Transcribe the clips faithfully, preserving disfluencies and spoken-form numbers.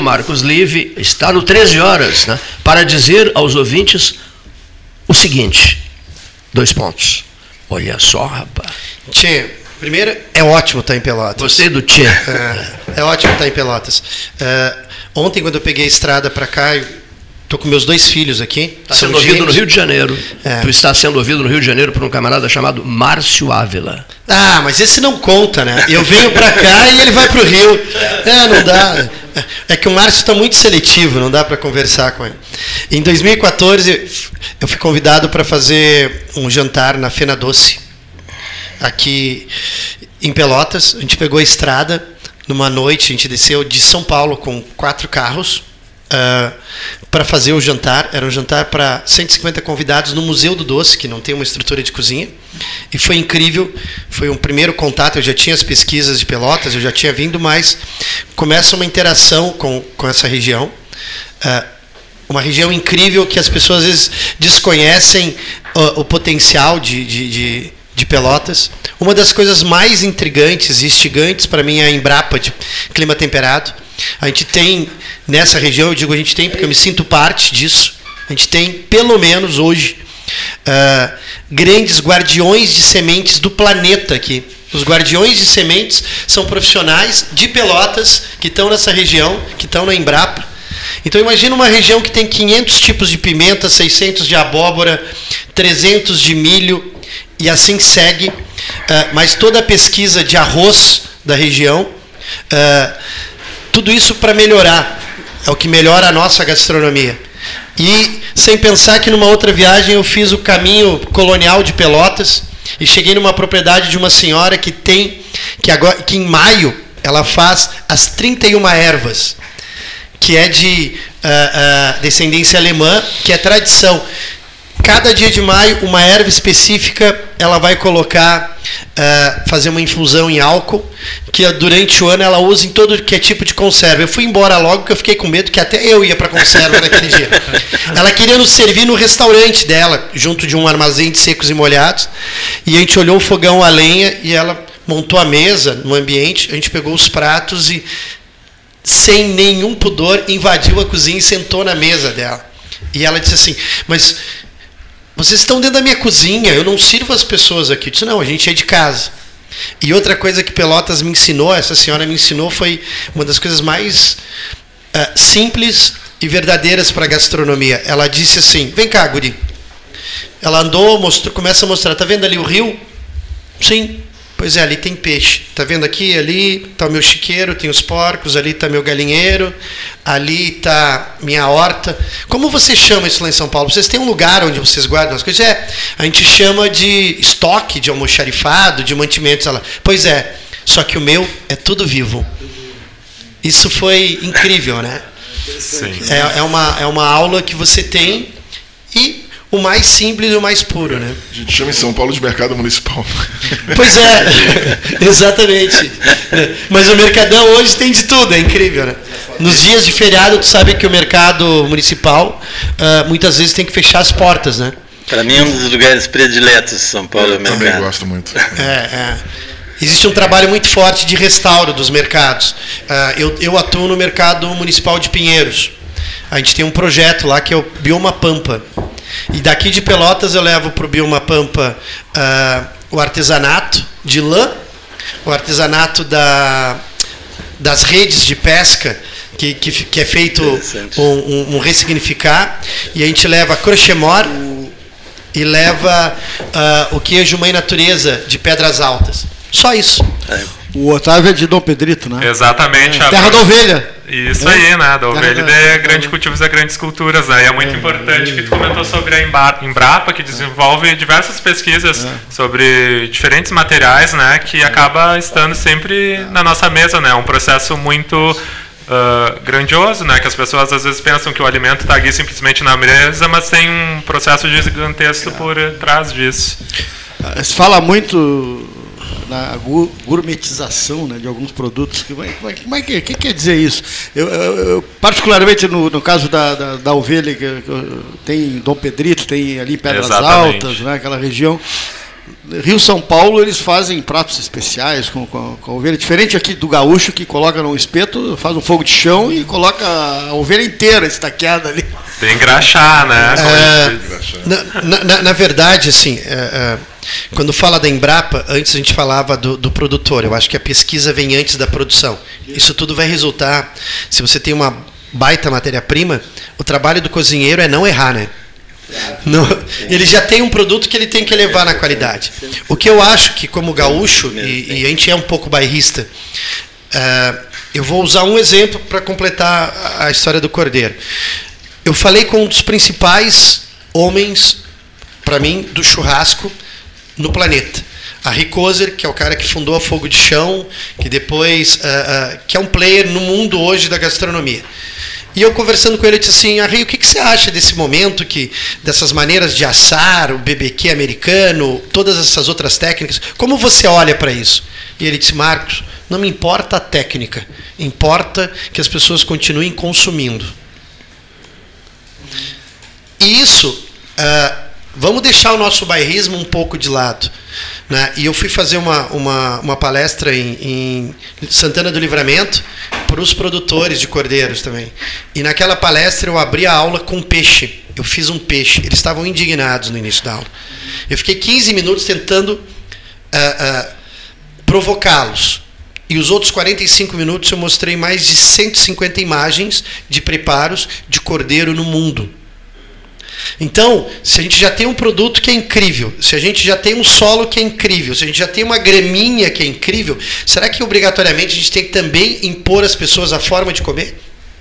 Marcos Live está no treze horas, né, para dizer aos ouvintes o seguinte, dois pontos. Olha só, rapaz. Tchê, primeiro, é ótimo estar em Pelotas. Gostei do Tchê. É, é ótimo estar em Pelotas. É, ontem, quando eu peguei a estrada para cá, estou com meus dois filhos aqui. Está sendo ouvido gêmeos. no Rio de Janeiro. É. Tu está sendo ouvido no Rio de Janeiro por um camarada chamado Márcio Ávila. Ah, mas esse não conta, né? Eu venho para cá e ele vai para o Rio. É, não dá. É que o Márcio está muito seletivo, não dá para conversar com ele. Em dois mil e quatorze, eu fui convidado para fazer um jantar na Fena Doce, aqui em Pelotas. A gente pegou a estrada numa noite, a gente desceu de São Paulo com quatro carros uh, para fazer o jantar. Era um jantar para cento e cinquenta convidados no Museu do Doce, que não tem uma estrutura de cozinha. E foi incrível, foi um primeiro contato. Eu já tinha as pesquisas de Pelotas, eu já tinha vindo, mas começa uma interação com, com essa região. Uh, uma região incrível que as pessoas às vezes desconhecem uh, o potencial de, de, de, de Pelotas. Uma das coisas mais intrigantes e instigantes para mim é a Embrapa de clima temperado. A gente tem, nessa região, eu digo a gente tem porque eu me sinto parte disso, a gente tem, pelo menos hoje, uh, grandes guardiões de sementes do planeta aqui. Os guardiões de sementes são profissionais de Pelotas que estão nessa região, que estão na Embrapa. Então imagina uma região que tem quinhentos tipos de pimenta, seiscentos de abóbora, trezentos de milho e assim segue. Uh, mas toda a pesquisa de arroz da região, uh, tudo isso para melhorar, é o que melhora a nossa gastronomia. E sem pensar que numa outra viagem eu fiz o caminho colonial de Pelotas e cheguei numa propriedade de uma senhora que tem, que, agora, que em maio ela faz as trinta e uma ervas, que é de uh, uh, descendência alemã, que é tradição. Cada dia de maio, uma erva específica, ela vai colocar, uh, fazer uma infusão em álcool, que durante o ano ela usa em todo que é tipo de conserva. Eu fui embora logo, porque eu fiquei com medo que até eu ia para conserva naquele dia. Ela queria nos servir no restaurante dela, junto de um armazém de secos e molhados, e a gente olhou o fogão a lenha, e ela montou a mesa no ambiente, a gente pegou os pratos e, sem nenhum pudor, invadiu a cozinha e sentou na mesa dela. E ela disse assim, mas vocês estão dentro da minha cozinha, eu não sirvo as pessoas aqui. Eu disse, não, a gente é de casa. E outra coisa que Pelotas me ensinou, essa senhora me ensinou, foi uma das coisas mais uh, simples e verdadeiras para a gastronomia. Ela disse assim, vem cá, guri. Ela andou, mostrou, começa a mostrar, tá vendo ali o rio? Sim. Pois é, ali tem peixe. Está vendo aqui? Ali está o meu chiqueiro, tem os porcos, ali está meu galinheiro, ali está minha horta. Como você chama isso lá em São Paulo? Vocês têm um lugar onde vocês guardam as coisas? É, a gente chama de estoque, de almoxarifado, de mantimentos. Lá. Pois é, só que o meu é tudo vivo. Isso foi incrível, né? Sim. É, é, uma, é uma aula que você tem e o mais simples e o mais puro, né? A gente chama em São Paulo de mercado municipal. Pois é, exatamente. Mas o Mercadão hoje tem de tudo, é incrível, né? Nos dias de feriado, tu sabe que o mercado municipal uh, muitas vezes tem que fechar as portas, né? Para mim é um dos lugares prediletos de São Paulo. Eu é o mercado. também gosto muito. É, é. Existe um trabalho muito forte de restauro dos mercados. Uh, eu, eu atuo no mercado municipal de Pinheiros. A gente tem um projeto lá que é o Bioma Pampa. E daqui de Pelotas eu levo para o Bioma Pampa uh, o artesanato de lã, o artesanato da, das redes de pesca, que, que, que é feito um, um, um ressignificar, e a gente leva crochê-mor e leva uh, o queijo Mãe Natureza de Pedras Altas. Só isso. O Otávio é de Dom Pedrito, né? Exatamente. É. Terra da ovelha. Isso é. aí, né? Da ovelha de grandes cultivos e grandes culturas. Né? E é muito é. importante que tu comentou sobre a Embrapa, que desenvolve diversas pesquisas é. sobre diferentes materiais, né? Que é. acaba estando sempre na nossa mesa, né? Um processo muito uh, grandioso, né? Que as pessoas às vezes pensam que o alimento está aqui simplesmente na mesa, mas tem um processo gigantesco é. por trás disso. Se fala muito na gourmetização, né, de alguns produtos. Como é, como é que, que quer dizer isso? Eu, eu, eu, particularmente no, no caso da, da, da ovelha, que, que tem Dom Pedrito, tem ali Pedras Exatamente. Altas, né, aquela região. Rio São Paulo eles fazem pratos especiais com, com, com a ovelha, diferente aqui do gaúcho que coloca num espeto, faz um fogo de chão e coloca a ovelha inteira estaqueada ali. Tem engraxar, né? É, na, na, na verdade, assim, é, é, quando fala da Embrapa, antes a gente falava do, do produtor. Eu acho que a pesquisa vem antes da produção. Isso tudo vai resultar, se você tem uma baita matéria-prima, o trabalho do cozinheiro é não errar, né? Não, ele já tem um produto que ele tem que levar na qualidade. O que eu acho que, como gaúcho, e, e a gente é um pouco bairrista, uh, eu vou usar um exemplo para completar a história do cordeiro. Eu falei com um dos principais homens, para mim, do churrasco no planeta. A Ricoser, que é o cara que fundou a Fogo de Chão, que depois, uh, uh, que é um player no mundo hoje da gastronomia. E eu conversando com ele, eu disse assim, Arri, o que, que você acha desse momento, que, dessas maneiras de assar, o B B Q americano, todas essas outras técnicas, como você olha para isso? E ele disse, Marcos, não me importa a técnica, importa que as pessoas continuem consumindo. E isso, uh, vamos deixar o nosso bairrismo um pouco de lado. Né? E eu fui fazer uma, uma, uma palestra em, em Santana do Livramento para os produtores de cordeiros também. E naquela palestra eu abri a aula com peixe. Eu fiz um peixe. Eles estavam indignados no início da aula. Eu fiquei quinze minutos tentando uh, uh, provocá-los. E os outros quarenta e cinco minutos eu mostrei mais de cento e cinquenta imagens de preparos de cordeiro no mundo. Então, se a gente já tem um produto que é incrível, se a gente já tem um solo que é incrível, se a gente já tem uma graminha que é incrível, será que obrigatoriamente a gente tem que também impor às pessoas a forma de comer?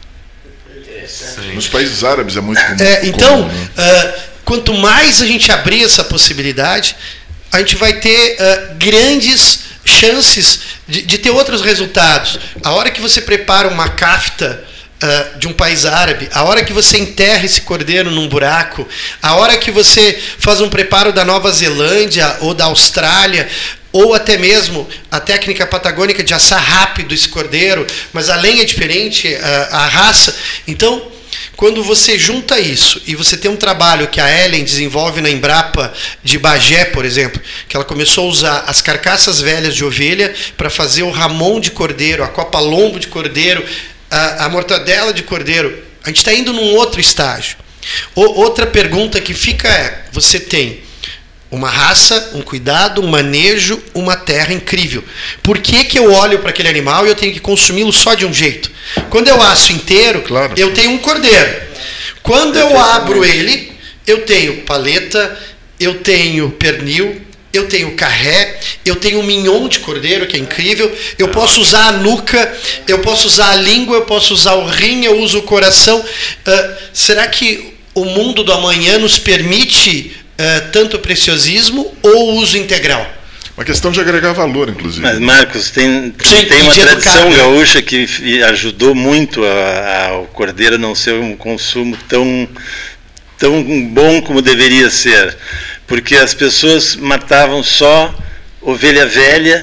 Sim. Nos países árabes é muito comum. É, então, comum, né? uh, quanto mais a gente abrir essa possibilidade, a gente vai ter uh, grandes chances de, de ter outros resultados. A hora que você prepara uma kafta Uh, de um país árabe, a hora que você enterra esse cordeiro num buraco, a hora que você faz um preparo da Nova Zelândia ou da Austrália, ou até mesmo a técnica patagônica de assar rápido esse cordeiro, mas a lenha é diferente, uh, a raça. Então, quando você junta isso e você tem um trabalho que a Ellen desenvolve na Embrapa de Bagé, por exemplo, que ela começou a usar as carcaças velhas de ovelha para fazer o ramon de cordeiro, a copa lombo de cordeiro, A, a mortadela de cordeiro, a gente está indo num outro estágio. O, outra pergunta que fica é, você tem uma raça, um cuidado, um manejo, uma terra incrível. Por que, que eu olho para aquele animal e eu tenho que consumi-lo só de um jeito? Quando eu asso inteiro, claro, eu tenho um cordeiro. Quando eu abro ele, eu tenho paleta, eu tenho pernil, eu tenho carré, eu tenho um mignon de cordeiro, que é incrível, eu posso usar a nuca, eu posso usar a língua, eu posso usar o rim, eu uso o coração. Uh, será que o mundo do amanhã nos permite uh, tanto preciosismo ou uso integral? Uma questão de agregar valor, inclusive. Mas, Marcos, tem, Sim, tem uma tradição educar, gaúcha que ajudou muito ao cordeiro não ser um consumo tão, tão bom como deveria ser. Porque as pessoas matavam só ovelha velha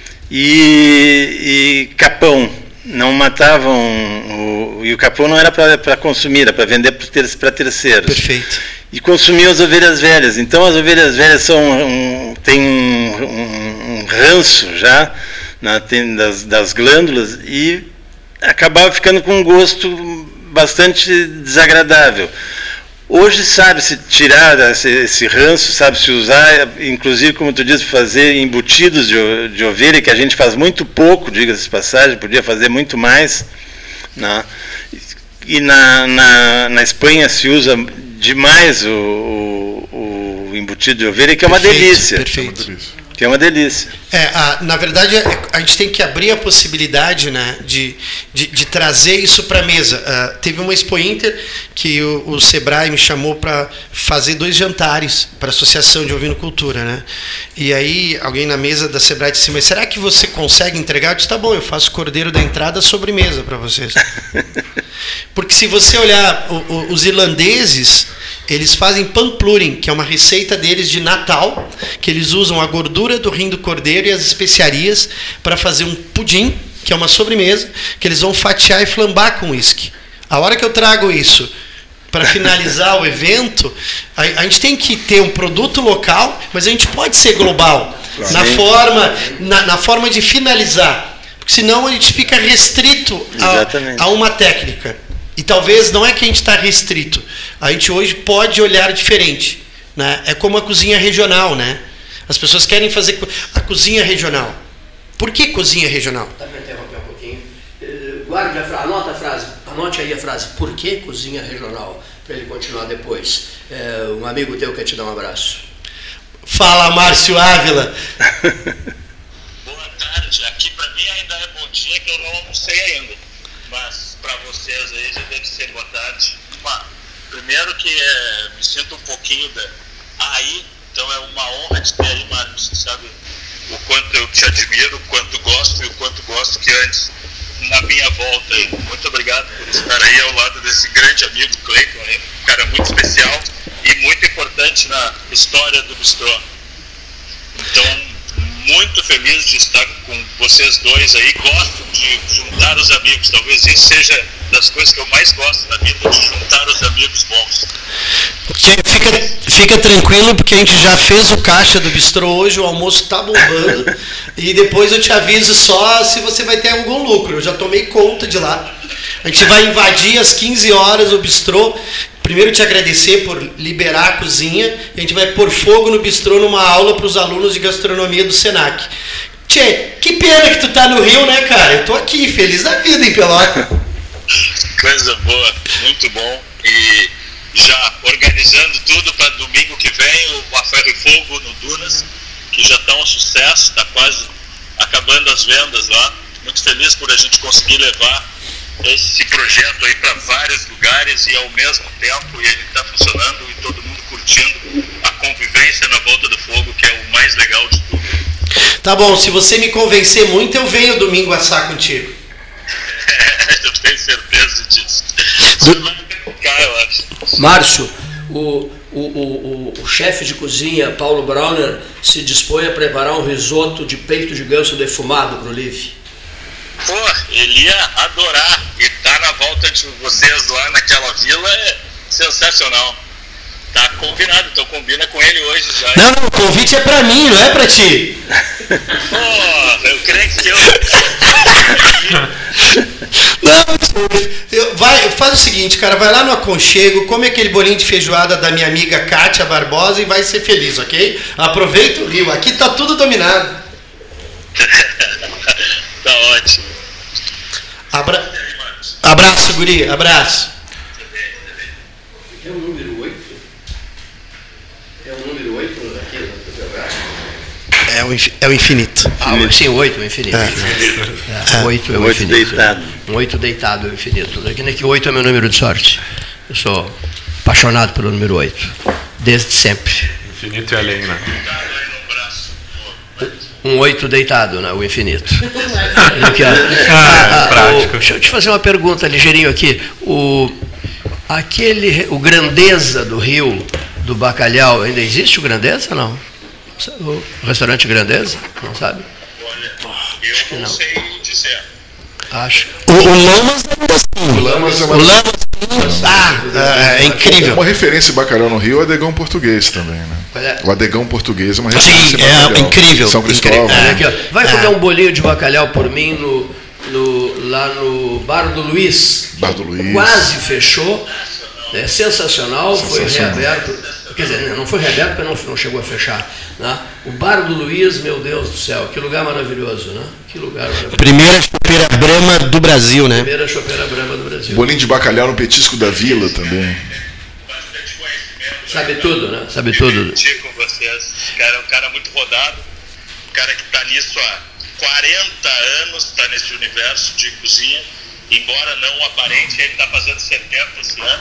e, e capão. Não matavam... O, e o capão não era para consumir, era para vender para terceiros. Perfeito. E consumiam as ovelhas velhas. Então as ovelhas velhas são um, têm um, um, um ranço já na, tem das, das glândulas e acabava ficando com um gosto bastante desagradável. Hoje sabe-se tirar esse, esse ranço, sabe-se usar, inclusive, como tu disse, fazer embutidos de, de ovelha, que a gente faz muito pouco, diga-se de passagem, podia fazer muito mais. Né? E na, na, na Espanha se usa demais o, o, o embutido de ovelha, que é uma perfeito, delícia. Perfeito. Que é uma delícia. É, a, na verdade, a gente tem que abrir a possibilidade, né, de, de, de trazer isso para a mesa. Uh, teve uma Expo Inter que o, o Sebrae me chamou para fazer dois jantares para a Associação de Ovinocultura. Né? E aí alguém na mesa da Sebrae disse, mas será que você consegue entregar? Eu disse, tá bom, eu faço cordeiro da entrada sobremesa para vocês. Porque se você olhar o, o, os irlandeses, eles fazem pamplurin, que é uma receita deles de Natal, que eles usam a gordura do rim do cordeiro e as especiarias para fazer um pudim, que é uma sobremesa, que eles vão fatiar e flambar com uísque. A hora que eu trago isso para finalizar o evento, a, a gente tem que ter um produto local, mas a gente pode ser global, claro. na, forma, na, na forma de finalizar. Porque senão a gente fica restrito a, a uma técnica. E talvez não é que a gente está restrito. A gente hoje pode olhar diferente. Né? É como a cozinha regional, né? As pessoas querem fazer a cozinha regional. Por que cozinha regional? Dá para interromper um pouquinho? Guarde a frase, anota a frase, anote aí a frase. Por que cozinha regional? Para ele continuar depois. É, um amigo teu quer te dar um abraço. Fala, Márcio Ávila. Boa tarde. Aqui para mim ainda é bom dia, que eu não almocei ainda. Mas para vocês aí já deve ser boa tarde. Uma, primeiro que é, me sinto um pouquinho da, aí. Então é uma honra te ter aí, Marcos, você sabe o quanto eu te admiro, o quanto gosto e o quanto gosto que antes na minha volta aí. Muito obrigado por estar aí ao lado desse grande amigo Cleiton, um cara muito especial e muito importante na história do bistrô. Então, muito feliz de estar com vocês dois aí, gosto de juntar os amigos, talvez isso seja das coisas que eu mais gosto na vida, de juntar os amigos bons. Fica, fica tranquilo, porque a gente já fez o caixa do bistrô hoje, o almoço está bombando, e depois eu te aviso só se você vai ter algum lucro, eu já tomei conta de lá. A gente vai invadir às quinze horas o bistrô. Primeiro te agradecer por liberar a cozinha, e a gente vai pôr fogo no bistrô numa aula para os alunos de gastronomia do Senac. Tchê, que pena que tu tá no Rio, né, cara? Eu tô aqui, feliz da vida em Pelotas. Coisa boa, muito bom. E já organizando tudo para domingo que vem, o A Ferro e Fogo no Dunas, que já está um sucesso, está quase acabando as vendas lá. Muito feliz por a gente conseguir levar esse projeto aí para vários lugares e ao mesmo tempo, e ele está funcionando e todo mundo curtindo a convivência na volta do fogo, que é o mais legal de tudo. Tá bom, se você me convencer muito, eu venho domingo assar contigo. Eu tenho certeza disso. Você vai ficar, eu acho. Márcio, o, o, o, o, o chefe de cozinha, Paulo Brauner, se dispõe a preparar um risoto de peito de ganso defumado para o Liv. Pô, ele ia adorar. E estar na volta de vocês lá naquela vila é sensacional. Tá combinado, então combina com ele hoje já. Não, não, o convite é pra mim, não é pra ti. Pô, eu creio que eu... Não, eu, vai, faz o seguinte, cara, vai lá no Aconchego, come aquele bolinho de feijoada da minha amiga Kátia Barbosa e vai ser feliz, ok? Aproveita o Rio, aqui tá tudo dominado. Tá ótimo. Abra... Abraço, guri, abraço. É o número oito? É o número oito aqui no geográfico? É o, é o infinito. Ah, sim, o oito é o infinito. É. É, o oito é o oito infinito. deitado. Um oito deitado é o infinito. Daqui que o oito é meu número de sorte. Eu sou apaixonado pelo número oito. Desde sempre. Infinito e além, né? Um oito deitado, né? O infinito. Aqui, ó. Ah, ah, prático. O, deixa eu te fazer uma pergunta ligeirinho aqui. O, aquele, o Grandeza do Rio, do Bacalhau, ainda existe o Grandeza ou não? O restaurante Grandeza? Não sabe? Olha, eu não, não sei dizer. Acho. O, o Lamas ainda assim. O Lamas é uma, O Lamas, ah, é, é incrível. uma referência em bacalhau no Rio, é o adegão português também, né? É. O adegão português é uma referência. Sim, em bacalhau. é incrível. São Cristóvão. incrível. Olha aqui, ó. Vai comer um bolinho de bacalhau por mim no, no, lá no Bar do Luiz. Bar do Luiz. Quase fechou. É sensacional, Sensacional. foi reaberto. Quer dizer, não foi reaberto porque não, não chegou a fechar. Né? O Bar do Luiz, meu Deus do céu, que lugar maravilhoso, né? Que lugar maravilhoso. Primeira chopeira Brahma do Brasil, né? Primeira chopeira Brahma do Brasil. Bolinho de bacalhau no petisco da Vila também. Bastante conhecimento. Sabe tudo, né? Sabe tudo. Discutir com vocês. O cara é um cara muito rodado. Um cara que está nisso há quarenta anos, está nesse universo de cozinha. Embora não aparente, ele está fazendo setenta esse ano.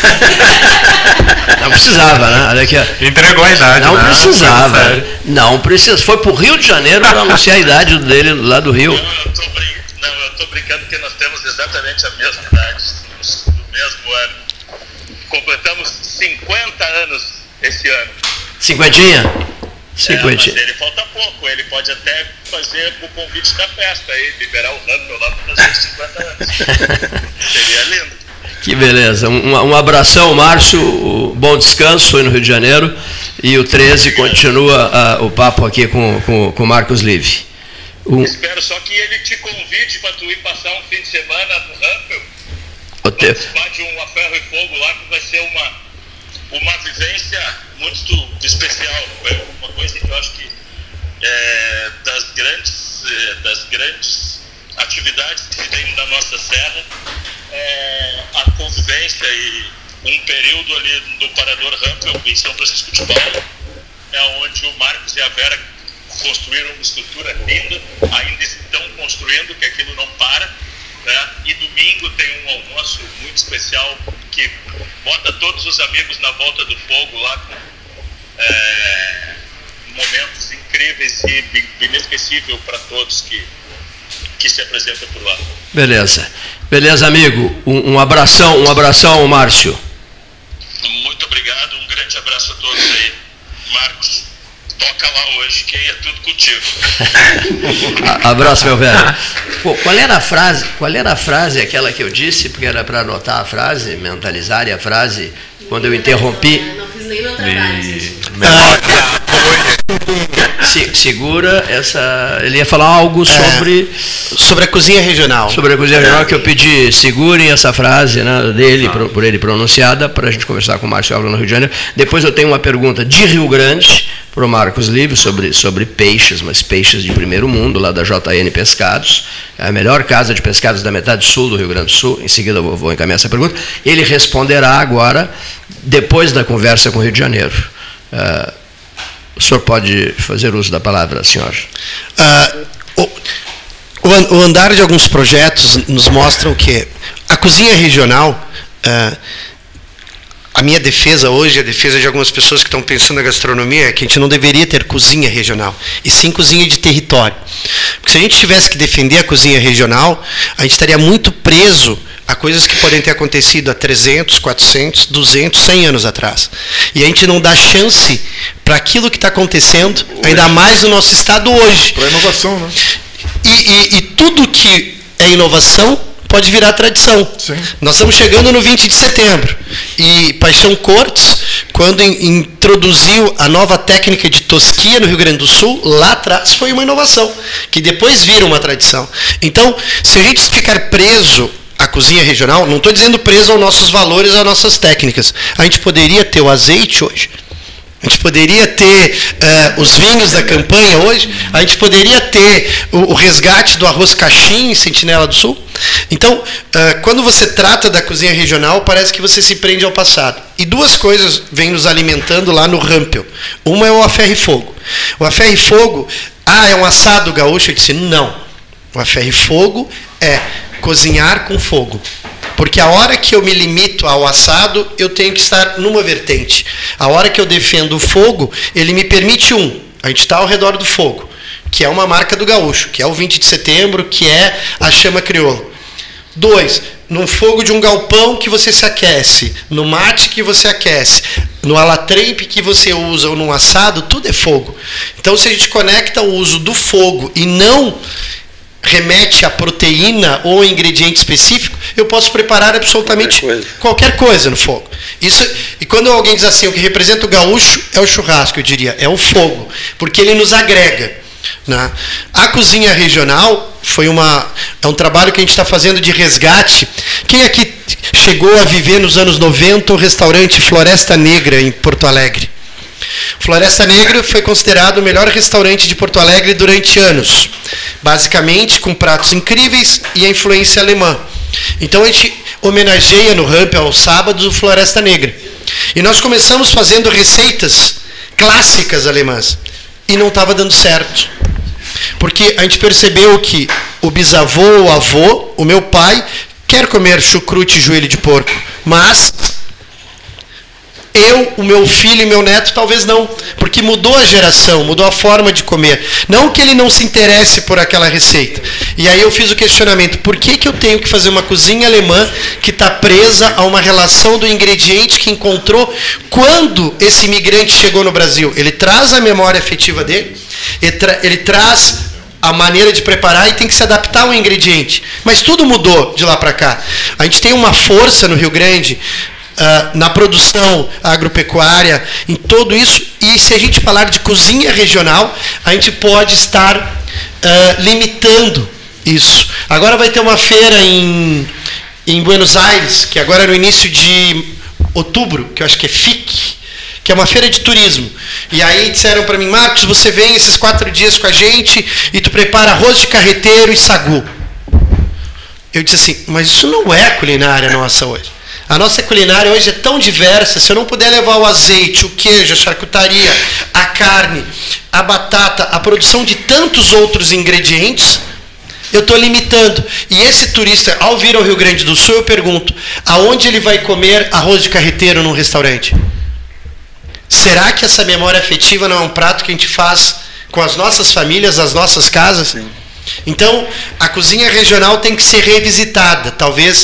Não precisava, né? Olha aqui, ó. Entregou a idade, Não né? precisava. Sério. Não precisa. Foi pro Rio de Janeiro para anunciar a idade dele lá do Rio. Não, eu tô brin... não, eu tô brincando porque nós temos exatamente a mesma idade, no mesmo ano. Completamos cinquenta anos esse ano. Cinquentinha? É, Cinquentinha. mas ele falta pouco, ele pode até fazer o convite da festa aí, liberar o Rumble lá para fazer os cinquenta anos. Seria lindo. Que beleza. Um, um abração, Márcio. Bom descanso aí no Rio de Janeiro. E o treze continua uh, o papo aqui com, com, com Marcos Live. Um... Espero só que ele te convide para tu ir passar um fim de semana no Rampel. Te... Participar de um A Ferro e Fogo lá, que vai ser uma, uma vivência muito especial. É uma coisa que eu acho que é, das, grandes, é, das grandes atividades que se tem na nossa serra, é, a convivência e um período ali no Parador Rampel, em São Francisco de Paula, é onde o Marcos e a Vera construíram uma estrutura linda, ainda estão construindo, que aquilo não para, né? E domingo tem um almoço muito especial que bota todos os amigos na volta do fogo lá com é, momentos incríveis e inesquecíveis para todos que, que se apresentam por lá. Beleza. Beleza, amigo. Um, um abração, um abração, Márcio. Muito obrigado, um grande abraço a todos aí. Marcos, toca lá hoje, que é tudo contigo. Abraço, meu velho. Pô, qual era a frase? Qual era a frase, aquela que eu disse, porque era para anotar a frase, mentalizar a frase, quando eu interrompi? Não fiz nem meu trabalho. Se, segura essa. Ele ia falar algo sobre. É, sobre a cozinha regional. Sobre a cozinha regional, que eu pedi, segurem essa frase, né, dele, ah. por, por ele pronunciada, para a gente conversar com o Márcio Álvaro no Rio de Janeiro. Depois eu tenho uma pergunta de Rio Grande para o Marcos Live sobre, sobre peixes, mas peixes de primeiro mundo, lá da J N Pescados, é a melhor casa de pescados da metade sul do Rio Grande do Sul. Em seguida eu vou, vou encaminhar essa pergunta. Ele responderá agora, depois da conversa com o Rio de Janeiro. Uh, o senhor pode fazer uso da palavra, senhor? Uh, o, o andar de alguns projetos nos mostram que a cozinha regional, uh, a minha defesa hoje, a defesa de algumas pessoas que estão pensando na gastronomia, é que a gente não deveria ter cozinha regional, e sim cozinha de território. Porque se a gente tivesse que defender a cozinha regional, a gente estaria muito preso a coisas que podem ter acontecido há trezentos, quatrocentos, duzentos, cem anos atrás. E a gente não dá chance para aquilo que está acontecendo, ainda mais no nosso estado hoje. Para inovação, né? E, e, e tudo que é inovação pode virar tradição. Sim. Nós estamos chegando no vinte de setembro. E Paixão Cortes, quando in, introduziu a nova técnica de tosquia no Rio Grande do Sul, lá atrás foi uma inovação, que depois vira uma tradição. Então, se a gente ficar preso à cozinha regional, não estou dizendo preso aos nossos valores, às nossas técnicas. A gente poderia ter o azeite hoje, a gente poderia ter uh, os vinhos da campanha hoje, a gente poderia ter o, o resgate do arroz caixim em Sentinela do Sul. Então, uh, quando você trata da cozinha regional, parece que você se prende ao passado. E duas coisas vêm nos alimentando lá no Rampel. Uma é o A Ferro e Fogo. O A Ferro e Fogo, ah, é um assado gaúcho? Eu disse, não. O A Ferro e Fogo é cozinhar com fogo. Porque a hora que eu me limito ao assado, eu tenho que estar numa vertente. A hora que eu defendo o fogo, ele me permite um, a gente está ao redor do fogo, que é uma marca do gaúcho, que é o vinte de setembro, que é a chama crioula. Dois, num fogo de um galpão que você se aquece, no mate que você aquece, no alatrepe que você usa, ou num assado, tudo é fogo. Então, se a gente conecta o uso do fogo e não remete a proteína ou ingrediente específico, eu posso preparar absolutamente qualquer coisa, qualquer coisa no fogo. Isso, e quando alguém diz assim, o que representa o gaúcho é o churrasco, eu diria, é o fogo, porque ele nos agrega. Né? A cozinha regional foi uma, é um trabalho que a gente está fazendo de resgate. Quem aqui chegou a viver nos anos noventa o restaurante Floresta Negra em Porto Alegre? Floresta Negra foi considerado o melhor restaurante de Porto Alegre durante anos, basicamente com pratos incríveis e a influência alemã. Então a gente homenageia no Rampel aos sábados o Floresta Negra. E nós começamos fazendo receitas clássicas alemãs e não estava dando certo. Porque a gente percebeu que o bisavô, o avô, o meu pai, quer comer chucrute e joelho de porco, mas eu, o meu filho e meu neto, talvez não, porque mudou a geração, mudou a forma de comer. Não que ele não se interesse por aquela receita. E aí eu fiz o questionamento, por que, que eu tenho que fazer uma cozinha alemã que está presa a uma relação do ingrediente que encontrou quando esse imigrante chegou no Brasil? Ele traz a memória afetiva dele, ele, tra ele traz a maneira de preparar e tem que se adaptar ao ingrediente. Mas tudo mudou de lá para cá. A gente tem uma força no Rio Grande, uh, na produção agropecuária, em tudo isso. E se a gente falar de cozinha regional, a gente pode estar uh, limitando isso. Agora vai ter uma feira em, em Buenos Aires, que agora é no início de outubro, que eu acho que é F I C, que é uma feira de turismo. E aí disseram para mim, Marcos, você vem esses quatro dias com a gente e tu prepara arroz de carreteiro e sagu. Eu disse assim, mas isso não é culinária nossa hoje. A nossa culinária hoje é tão diversa, se eu não puder levar o azeite, o queijo, a charcutaria, a carne, a batata, a produção de tantos outros ingredientes, eu estou limitando. E esse turista, ao vir ao Rio Grande do Sul, eu pergunto, aonde ele vai comer arroz de carreteiro num restaurante? Será que essa memória afetiva não é um prato que a gente faz com as nossas famílias, as nossas casas? Sim. Então, a cozinha regional tem que ser revisitada, talvez,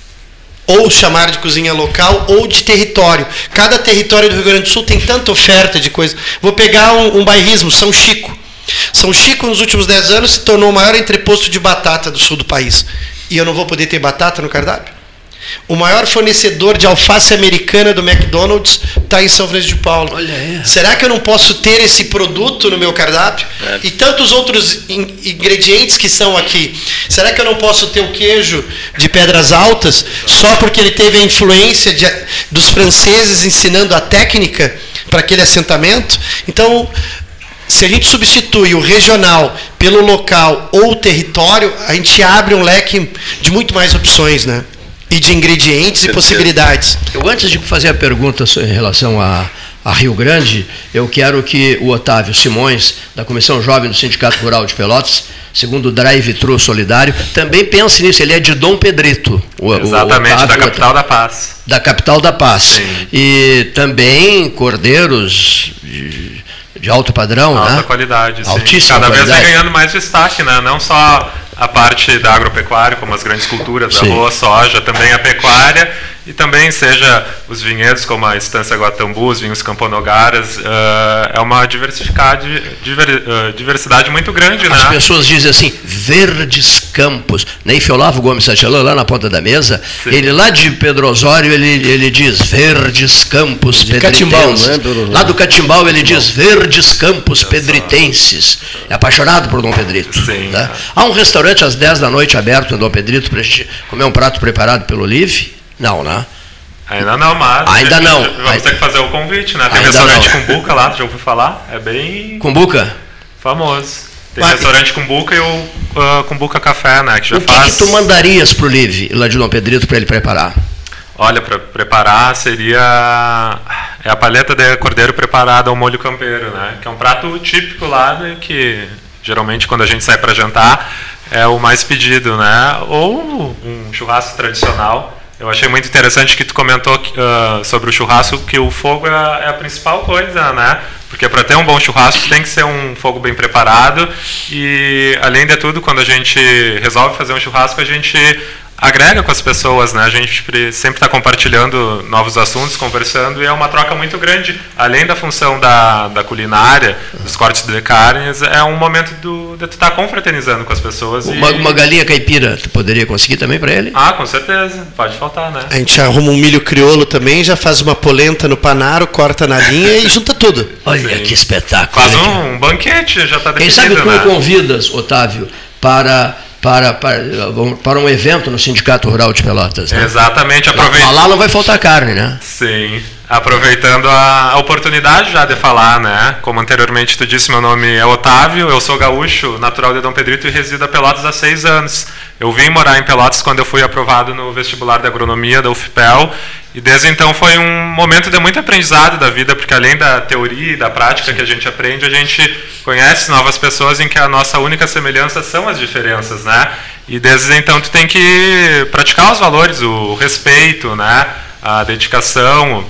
ou chamar de cozinha local, ou de território. Cada território do Rio Grande do Sul tem tanta oferta de coisa. Vou pegar um, um bairrismo, São Chico. São Chico, nos últimos dez anos, se tornou o maior entreposto de batata do sul do país. E eu não vou poder ter batata no cardápio? O maior fornecedor de alface americana do McDonald's está em São Francisco de Paula. Olha aí. Será que eu não posso ter esse produto no meu cardápio? É. E tantos outros in- ingredientes que são aqui. Será que eu não posso ter o queijo de Pedras Altas só porque ele teve a influência de, dos franceses ensinando a técnica para aquele assentamento? Então, se a gente substitui o regional pelo local ou território, a gente abre um leque de muito mais opções, né? E de ingredientes e possibilidades. Eu, antes de fazer a pergunta em relação a, a Rio Grande, eu quero que o Otávio Simões, da Comissão Jovem do Sindicato Rural de Pelotas, segundo o Drive-Thru Solidário, também pense nisso. Ele é de Dom Pedrito. O, Exatamente, o Otávio, da capital da Paz. Da capital da Paz. Sim. E também cordeiros de, de alto padrão, alta né? qualidade. Altíssima Cada qualidade. vez vem ganhando mais destaque, né? Não só a parte da agropecuária, como as grandes culturas, Sim. arroz, soja, também a pecuária, e também seja os vinhedos, como a Estância Guatambu, os vinhos Camponogaras, uh, é uma diversidade, diver, uh, diversidade muito grande. As né? pessoas dizem assim, Verdes Campos. Ney Olavo Gomes Sachelã, lá na ponta da mesa, Sim. ele lá de Pedro Osório, ele, ele diz Verdes Campos de Catimbau, né? Lá do Catimbau ele diz Verdes Campos Pedritenses. É apaixonado por Dom Pedrito. Sim, tá? é. Há um restaurante às dez da noite aberto em Dom Pedrito para a gente comer um prato preparado pelo Live? Não, né? Ainda não, mas Ainda gente, não. vamos Ainda... ter que fazer o convite, né? Tem Ainda restaurante não. Cumbuca lá, já ouviu falar? É bem Cumbuca? famoso. Tem Mas... restaurante Cumbuca e o uh, Cumbuca Café, né? Que já o que, faz... que tu mandarias pro Live, lá de Dom Pedrito, para ele preparar? Olha, para preparar seria é a paleta de cordeiro preparada ao molho campeiro, né? Que é um prato típico lá, né? Que geralmente quando a gente sai para jantar é o mais pedido, né? Ou um churrasco tradicional. Eu achei muito interessante que tu comentou uh, sobre o churrasco, que o fogo é a, é a principal coisa, né? Porque para ter um bom churrasco tem que ser um fogo bem preparado e, além de tudo, quando a gente resolve fazer um churrasco, a gente agrega com as pessoas, né? A gente sempre está compartilhando novos assuntos, conversando, e é uma troca muito grande. Além da função da, da culinária, dos cortes de carnes, é um momento do, de tu estar tá confraternizando com as pessoas. Uma, e... uma galinha caipira, tu poderia conseguir também para ele? Ah, com certeza. Pode faltar, né? A gente arruma um milho crioulo também, já faz uma polenta no panaro, corta na linha e junta tudo. Olha Sim. que espetáculo. Faz um, um banquete, já está definido. Quem sabe tu né? me convidas, Otávio, para... Para, para, para um evento no Sindicato Rural de Pelotas. Né? Exatamente. Aproveita... Lá não vai faltar carne, né? Sim. Aproveitando a, a oportunidade já de falar, né? Como anteriormente tu disse, meu nome é Otávio, eu sou gaúcho, natural de Dom Pedrito e resido a Pelotas há seis anos. Eu vim morar em Pelotas quando eu fui aprovado no vestibular de agronomia da U F P E L, e desde então foi um momento de muito aprendizado da vida, porque além da teoria e da prática que a gente aprende, a gente conhece novas pessoas em que a nossa única semelhança são as diferenças, né? E desde então tu tem que praticar os valores, o respeito, né? A dedicação.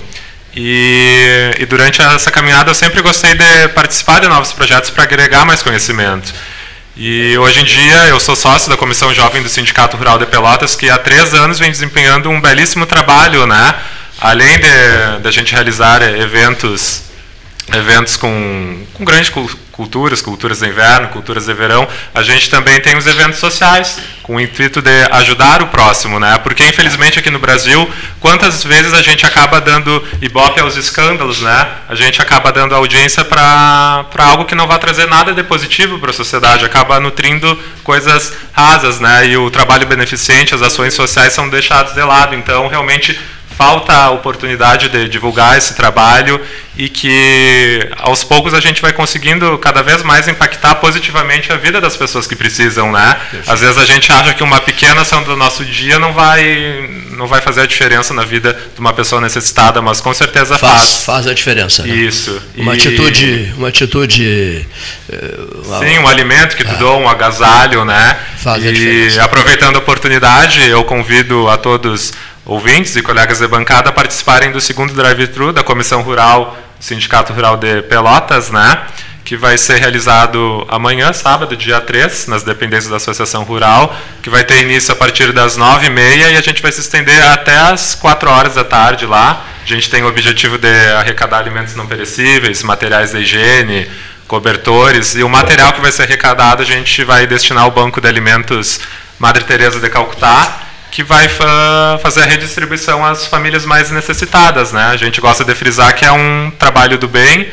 E, e durante essa caminhada eu sempre gostei de participar de novos projetos para agregar mais conhecimento. E hoje em dia eu sou sócio da Comissão Jovem do Sindicato Rural de Pelotas, que há três anos vem desempenhando um belíssimo trabalho, né? Além de, de a gente realizar eventos eventos com, com grandes culturas, culturas de inverno, culturas de verão, a gente também tem os eventos sociais, com o intuito de ajudar o próximo, né? Porque, infelizmente, aqui no Brasil, quantas vezes a gente acaba dando ibope aos escândalos, né? A gente acaba dando audiência para para algo que não vai trazer nada de positivo para a sociedade, acaba nutrindo coisas rasas, né? E o trabalho beneficente, as ações sociais são deixados de lado, então, realmente, falta a oportunidade de divulgar esse trabalho e que aos poucos a gente vai conseguindo cada vez mais impactar positivamente a vida das pessoas que precisam, né? Às vezes a gente acha que uma pequena ação do nosso dia não vai não vai fazer a diferença na vida de uma pessoa necessitada, mas com certeza faz. Faz, faz a diferença. Né? Isso. Uma e... atitude, uma atitude. Uh, Sim, um alimento que tu é. dou, um agasalho, né? Faz e a diferença. Aproveitando a oportunidade, eu convido a todos ouvintes e colegas de bancada a participarem do segundo drive-thru da Comissão Rural do Sindicato Rural de Pelotas, né, que vai ser realizado amanhã, sábado, dia três, nas dependências da Associação Rural, que vai ter início a partir das nove e meia e a gente vai se estender até as quatro horas da tarde lá. A gente tem o objetivo de arrecadar alimentos não perecíveis, materiais de higiene, cobertores, e o material que vai ser arrecadado a gente vai destinar ao Banco de Alimentos Madre Teresa de Calcutá, que vai fa fazer a redistribuição às famílias mais necessitadas, né? A gente gosta de frisar que é um trabalho do bem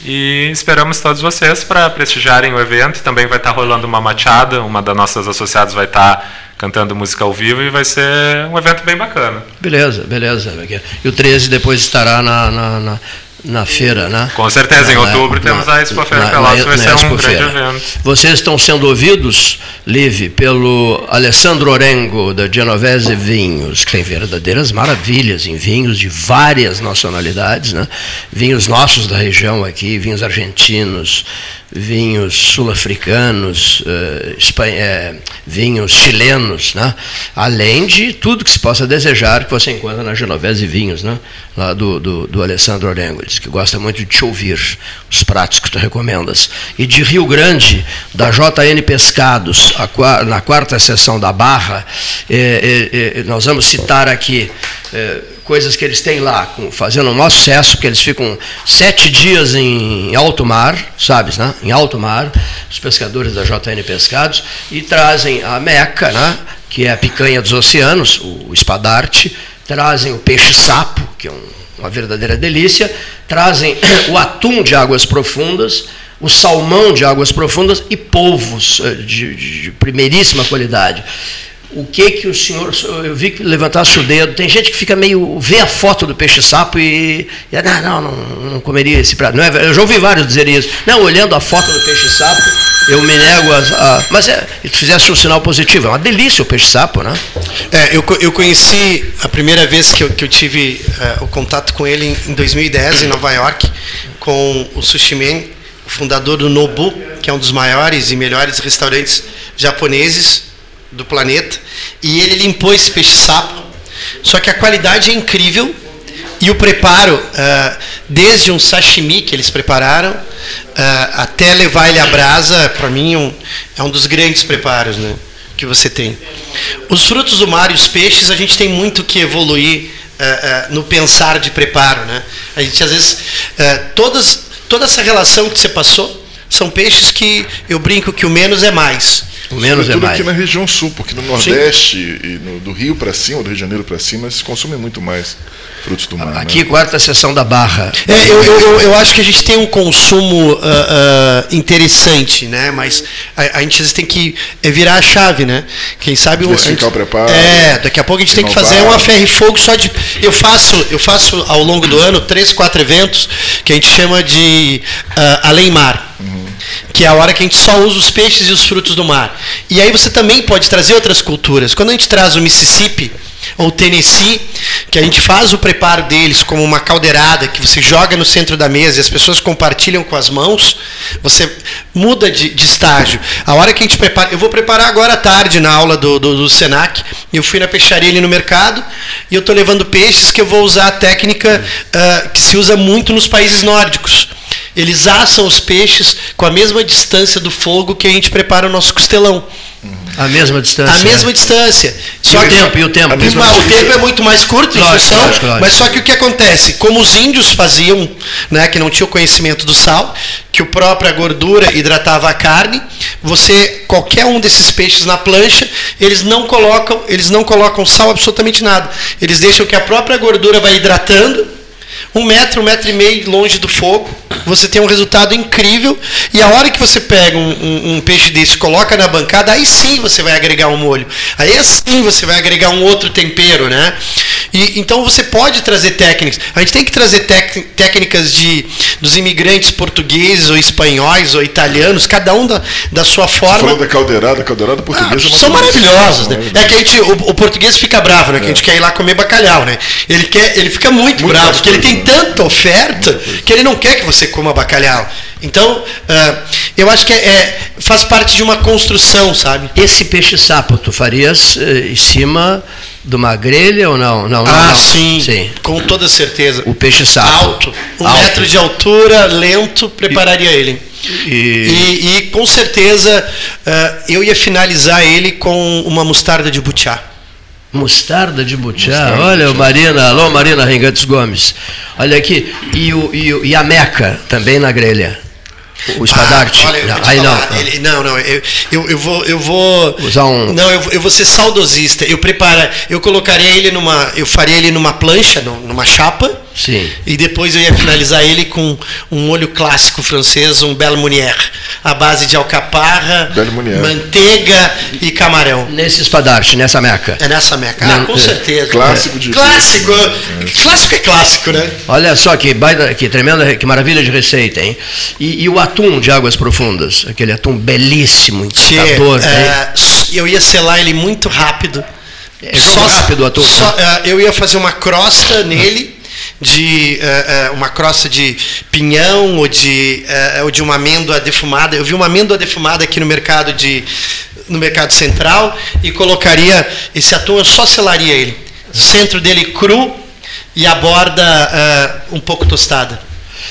e esperamos todos vocês para prestigiarem o evento. Também vai estar rolando uma machada, uma das nossas associadas vai estar cantando música ao vivo e vai ser um evento bem bacana. Beleza, beleza. E o treze depois estará na... na, na... na feira, né? Com certeza, em na, outubro na, temos a Expo Feira na, Pelotas, na, vai na ser Expo um Feira. grande evento. Vocês estão sendo ouvidos, Live, pelo Alessandro Orengo, da Genovese Vinhos, que tem verdadeiras maravilhas em vinhos de várias nacionalidades, né? Vinhos nossos da região aqui, vinhos argentinos, vinhos sul-africanos, uh, uh, vinhos chilenos, né? Além de tudo que se possa desejar que você encontra na Genovese Vinhos, né? Lá do, do, do Alessandro Orengo, ele diz que gosta muito de te ouvir, os pratos que tu recomendas. E de Rio Grande, da J N Pescados, a, na quarta sessão da Barra, eh, eh, nós vamos citar aqui eh, coisas que eles têm lá, com, fazendo um maior sucesso, porque eles ficam sete dias em, em alto mar, sabes, né? Em alto mar, os pescadores da J N Pescados, e trazem a meca, né? Que é a picanha dos oceanos, o, o espadarte, trazem o peixe-sapo, que é um, uma verdadeira delícia, trazem o atum de águas profundas, o salmão de águas profundas e polvos de, de, de primeiríssima qualidade. O que que o senhor... Eu vi que levantasse o dedo. Tem gente que fica meio... Vê a foto do peixe-sapo e... e não, não, não, não comeria esse prato. Não é, eu já ouvi vários dizerem isso. Não, olhando a foto do peixe-sapo, eu me nego a... a mas é, se tu fizesse um sinal positivo, é uma delícia o peixe-sapo, né? É, eu, eu conheci a primeira vez que eu, que eu tive uh, o contato com ele em, em dois mil e dez, em Nova York, com o Sushi Man, o fundador do Nobu, que é um dos maiores e melhores restaurantes japoneses do planeta, e ele limpou esse peixe-sapo, só que a qualidade é incrível, e o preparo, uh, desde um sashimi que eles prepararam, uh, até levar ele à brasa, para mim um, é um dos grandes preparos, né, que você tem. Os frutos do mar e os peixes, a gente tem muito que evoluir uh, uh, no pensar de preparo, né? A gente às vezes, uh, todas, toda essa relação que você passou, são peixes que eu brinco que o menos é mais. O menos é mais. Aqui na região sul, porque no Nordeste Sim. e no, do Rio para cima, do Rio de Janeiro para cima, se consome muito mais frutos do mar. Aqui, né? quarta sessão da Barra. É, eu, eu, eu acho que a gente tem um consumo uh, uh, interessante, né? Mas a, a gente às vezes tem que virar a chave, né? Quem sabe o. Gente, o preparo. É, daqui a pouco a gente inovar. Tem que fazer uma ferro e fogo só de. Eu faço, eu faço ao longo do ano três, quatro eventos que a gente chama de uh, Além Mar. Uhum. Que é a hora que a gente só usa os peixes e os frutos do mar. E aí você também pode trazer outras culturas. Quando a gente traz o Mississippi ou o Tennessee, que a gente faz o preparo deles como uma caldeirada, que você joga no centro da mesa e as pessoas compartilham com as mãos, você muda de, de estágio. A hora que a gente prepara... Eu vou preparar agora à tarde na aula do, do, do Senac. Eu fui na peixaria ali no mercado e eu estou levando peixes que eu vou usar a técnica uh, que se usa muito nos países nórdicos. eles assam os peixes com a mesma distância do fogo que a gente prepara o nosso costelão. A mesma distância. A mesma distância. Só o tempo, e o tempo? O tempo é muito mais curto em Lógico, função, lógico, lógico. mas só que o que acontece? Como os índios faziam, né, que não tinham conhecimento do sal, que a própria gordura hidratava a carne, você, qualquer um desses peixes na plancha, eles não colocam, eles não colocam sal absolutamente nada. Eles deixam que a própria gordura vai hidratando, um metro, um metro e meio longe do fogo, você tem um resultado incrível, e a hora que você pega um, um, um peixe desse e coloca na bancada, aí sim você vai agregar um molho, aí sim você vai agregar um outro tempero, né? E, então você pode trazer técnicas, a gente tem que trazer tec, técnicas de, dos imigrantes portugueses, ou espanhóis, ou italianos, cada um da, da sua forma. Você falou da caldeirada, a caldeirada portuguesa ah, é são maravilhosos, né? Maravilhosa. É que a gente, o, o português fica bravo, né? É. Que a gente quer ir lá comer bacalhau, né? Ele, quer, ele fica muito, muito bravo, porque ele tem tanta oferta que ele não quer que você coma bacalhau. Então, uh, eu acho que é, é, faz parte de uma construção, sabe? Esse peixe-sapo, tu farias uh, em cima de uma grelha ou não? não, não ah, não. Sim, sim, com toda certeza. O peixe-sapo. Alto. Um Alto. metro de altura, lento, prepararia e, ele. E... E, e com certeza uh, eu ia finalizar ele com uma mostarda de butiá. Mostarda de butiá, Mostarda olha de o Marina, alô Marina Ringantes Gomes, olha aqui, e, o, e, o, e a meca também na grelha, o espadarte, ah, olha, não, aí falar, não, ele, não, não, eu, eu, eu vou, eu vou, usar um, não, eu, eu vou ser saudosista, eu preparo, eu colocaria ele numa, eu faria ele numa plancha, numa chapa, sim, e depois eu ia finalizar ele com um molho clássico francês, um Belle Meunière, à base de alcaparra, manteiga e camarão. Nesse espadarte, nessa meca. É nessa meca, ah, com certeza. Clássico de clássico, é. Clássico é clássico, né? Olha só que, baita, que tremenda, que maravilha de receita, hein? E, e o atum de águas profundas, aquele atum belíssimo, encantador. É, eu ia selar ele muito rápido. É só rápido o atum. Só, uh, eu ia fazer uma crosta nele, de uh, uh, uma crosta de pinhão ou de, uh, ou de uma amêndoa defumada. Eu vi uma amêndoa defumada aqui no mercado, de, no mercado central, e colocaria esse atum, eu só selaria ele. O centro dele cru e a borda uh, um pouco tostada.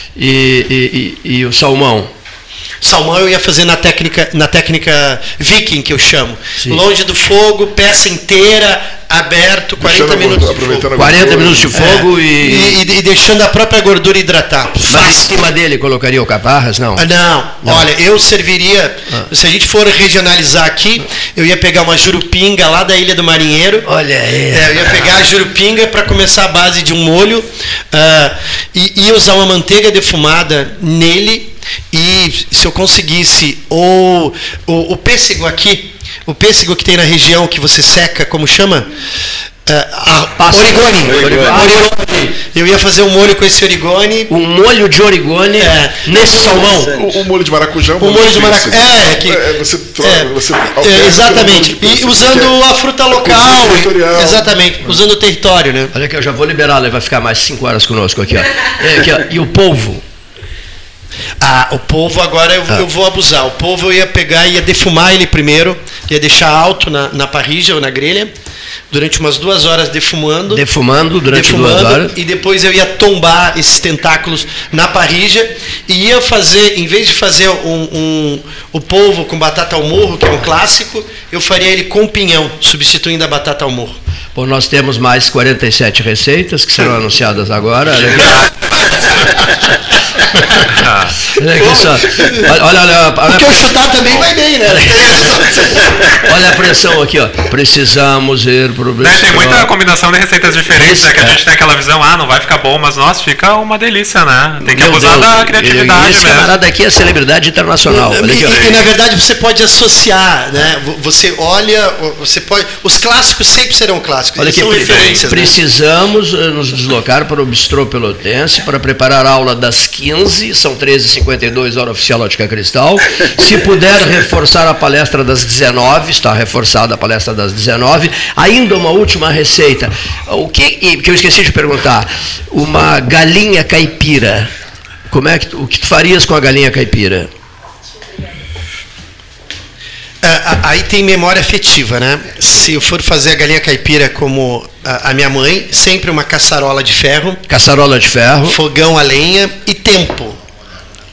E, e, e, e o salmão? Salmão eu ia fazer na técnica, na técnica viking, que eu chamo. Sim. Longe do fogo, peça inteira, aberto, quarenta minutos de fogo. quarenta minutos de fogo é. e... E, e deixando a própria gordura hidratar. Mas Fácil. Em cima dele colocaria alcaparras, não? Ah, não. não, olha, eu serviria, ah. se a gente for regionalizar aqui, eu ia pegar uma jurupinga lá da Ilha do Marinheiro. Olha aí. É, eu ia pegar a jurupinga para começar a base de um molho uh, e ia usar uma manteiga defumada nele. E se eu conseguisse o, o, o pêssego aqui, o pêssego que tem na região que você seca, como chama? Uh, origone. Origone. Origone. Eu ia fazer um molho com esse origone. Um molho de origone é, nesse salmão. O, o molho de maracujá. O molho de maracujá. É, é, que, é, você troca, é, você é, exatamente. E usando a fruta local. E, exatamente. Usando o território, né? Olha aqui, eu já vou liberá-lo, ele vai ficar mais cinco horas conosco aqui, ó. É, aqui, ó. E o polvo? Ah, o polvo agora eu, ah. eu vou abusar. O polvo eu ia pegar e ia defumar ele primeiro, ia deixar alto na, na parrilla ou na grelha, durante umas duas horas defumando. Defumando durante defumando, duas horas. E depois eu ia tombar esses tentáculos na parrilla e ia fazer, em vez de fazer um, um, o polvo com batata ao morro, que é um clássico, eu faria ele com pinhão, substituindo a batata ao morro. Bom, nós temos mais quarenta e sete receitas que serão anunciadas agora. Olha só. Olha, olha, olha, olha, porque eu chutar também vai bem, né? Olha a pressão aqui, ó. Precisamos ir pro Né, tem muita combinação de receitas diferentes, né, que a gente tem aquela visão, ah, não vai ficar bom, mas nossa, fica uma delícia, né? Tem que Meu abusar Deus, da criatividade esse mesmo. camarada aqui é celebridade internacional. E, olha aqui, e, e na verdade você pode associar, né? Você olha, você pode. Os clássicos sempre serão clássicos. Olha aqui, são referências, precisamos né? nos deslocar para o Bistrô Pelotense para preparar a aula das quinze, são treze e cinquenta e dois, hora oficial Ótica Cristal. Se puder reforçar a palestra das dezenove, está reforçada a palestra das dezenove. Ainda uma última receita. O que, que eu esqueci de perguntar, uma galinha caipira. Como é que, o que tu farias com a galinha caipira? Aí tem memória afetiva, né? Se eu for fazer a galinha caipira como a minha mãe, sempre uma caçarola de ferro. Caçarola de ferro. Fogão a lenha e tempo.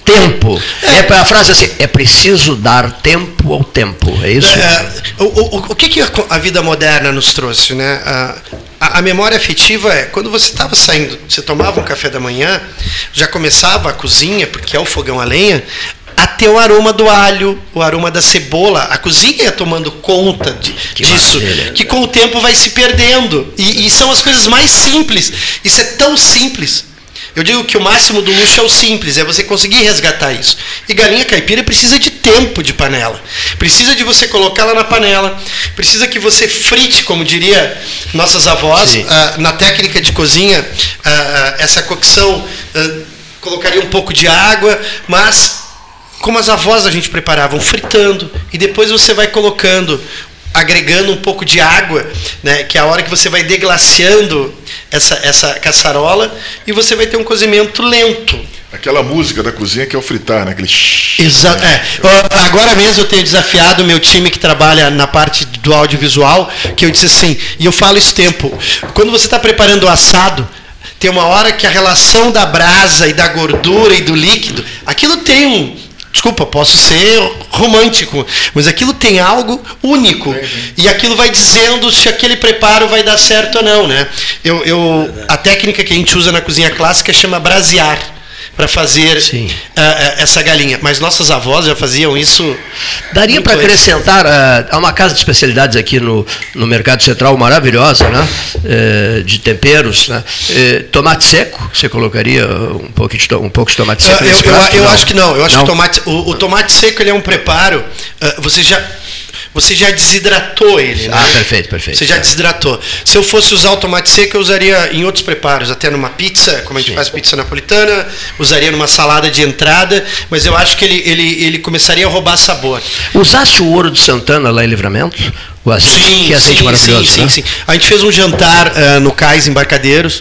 tempo. É, é a frase assim, é preciso dar tempo ao tempo, é isso? É, o, o, o que, que a vida moderna nos trouxe, né? A, a, a memória afetiva é, quando você estava saindo, você tomava um café da manhã, já começava a cozinha, porque é o fogão a lenha, até o aroma do alho, o aroma da cebola, a cozinha ia tomando conta de, que disso, maravilha. Que com o tempo vai se perdendo. E, e são as coisas mais simples. Isso é tão simples. Eu digo que o máximo do luxo é o simples, é você conseguir resgatar isso. E galinha caipira precisa de tempo de panela. Precisa de você colocá-la na panela. Precisa que você frite, como diria nossas avós, uh, na técnica de cozinha, uh, essa cocção uh, colocaria um pouco de água, mas como as avós a gente preparavam, fritando. E depois você vai colocando, agregando um pouco de água, né, que é a hora que você vai deglaciando essa, essa caçarola, e você vai ter um cozimento lento. Aquela música da cozinha que é o fritar, né? Aquele... Exato. É. Agora mesmo eu tenho desafiado o meu time que trabalha na parte do audiovisual, que eu disse assim, e eu falo isso tempo, quando você está preparando o assado, tem uma hora que a relação da brasa e da gordura e do líquido, aquilo tem um... Desculpa, posso ser romântico, mas aquilo tem algo único. É, e aquilo vai dizendo se aquele preparo vai dar certo ou não, né? Eu, eu, a técnica que a gente usa na cozinha clássica chama brasear, para fazer uh, uh, essa galinha. Mas nossas avós já faziam isso. Daria para acrescentar, uh, há uma casa de especialidades aqui no, no Mercado Central maravilhosa, né? Uh, de temperos, né? Uh, tomate seco, você colocaria um pouco de, um pouco de tomate seco? Uh, eu prato, eu, eu acho que não. Eu acho não? que tomate, o, o tomate seco ele é um preparo. Uh, você já Você já desidratou ele, né? Ah, perfeito, perfeito. Você já desidratou. Se eu fosse usar o tomate seco, eu usaria em outros preparos, até numa pizza, como a gente Sim. faz pizza napolitana, usaria numa salada de entrada, mas eu acho que ele, ele, ele começaria a roubar sabor. Usasse o ouro de Santana lá em Livramento? O azeite, sim, que azeite sim, maravilhoso, sim, né? sim, sim. A gente fez um jantar uh, no Cais Embarcadeiros,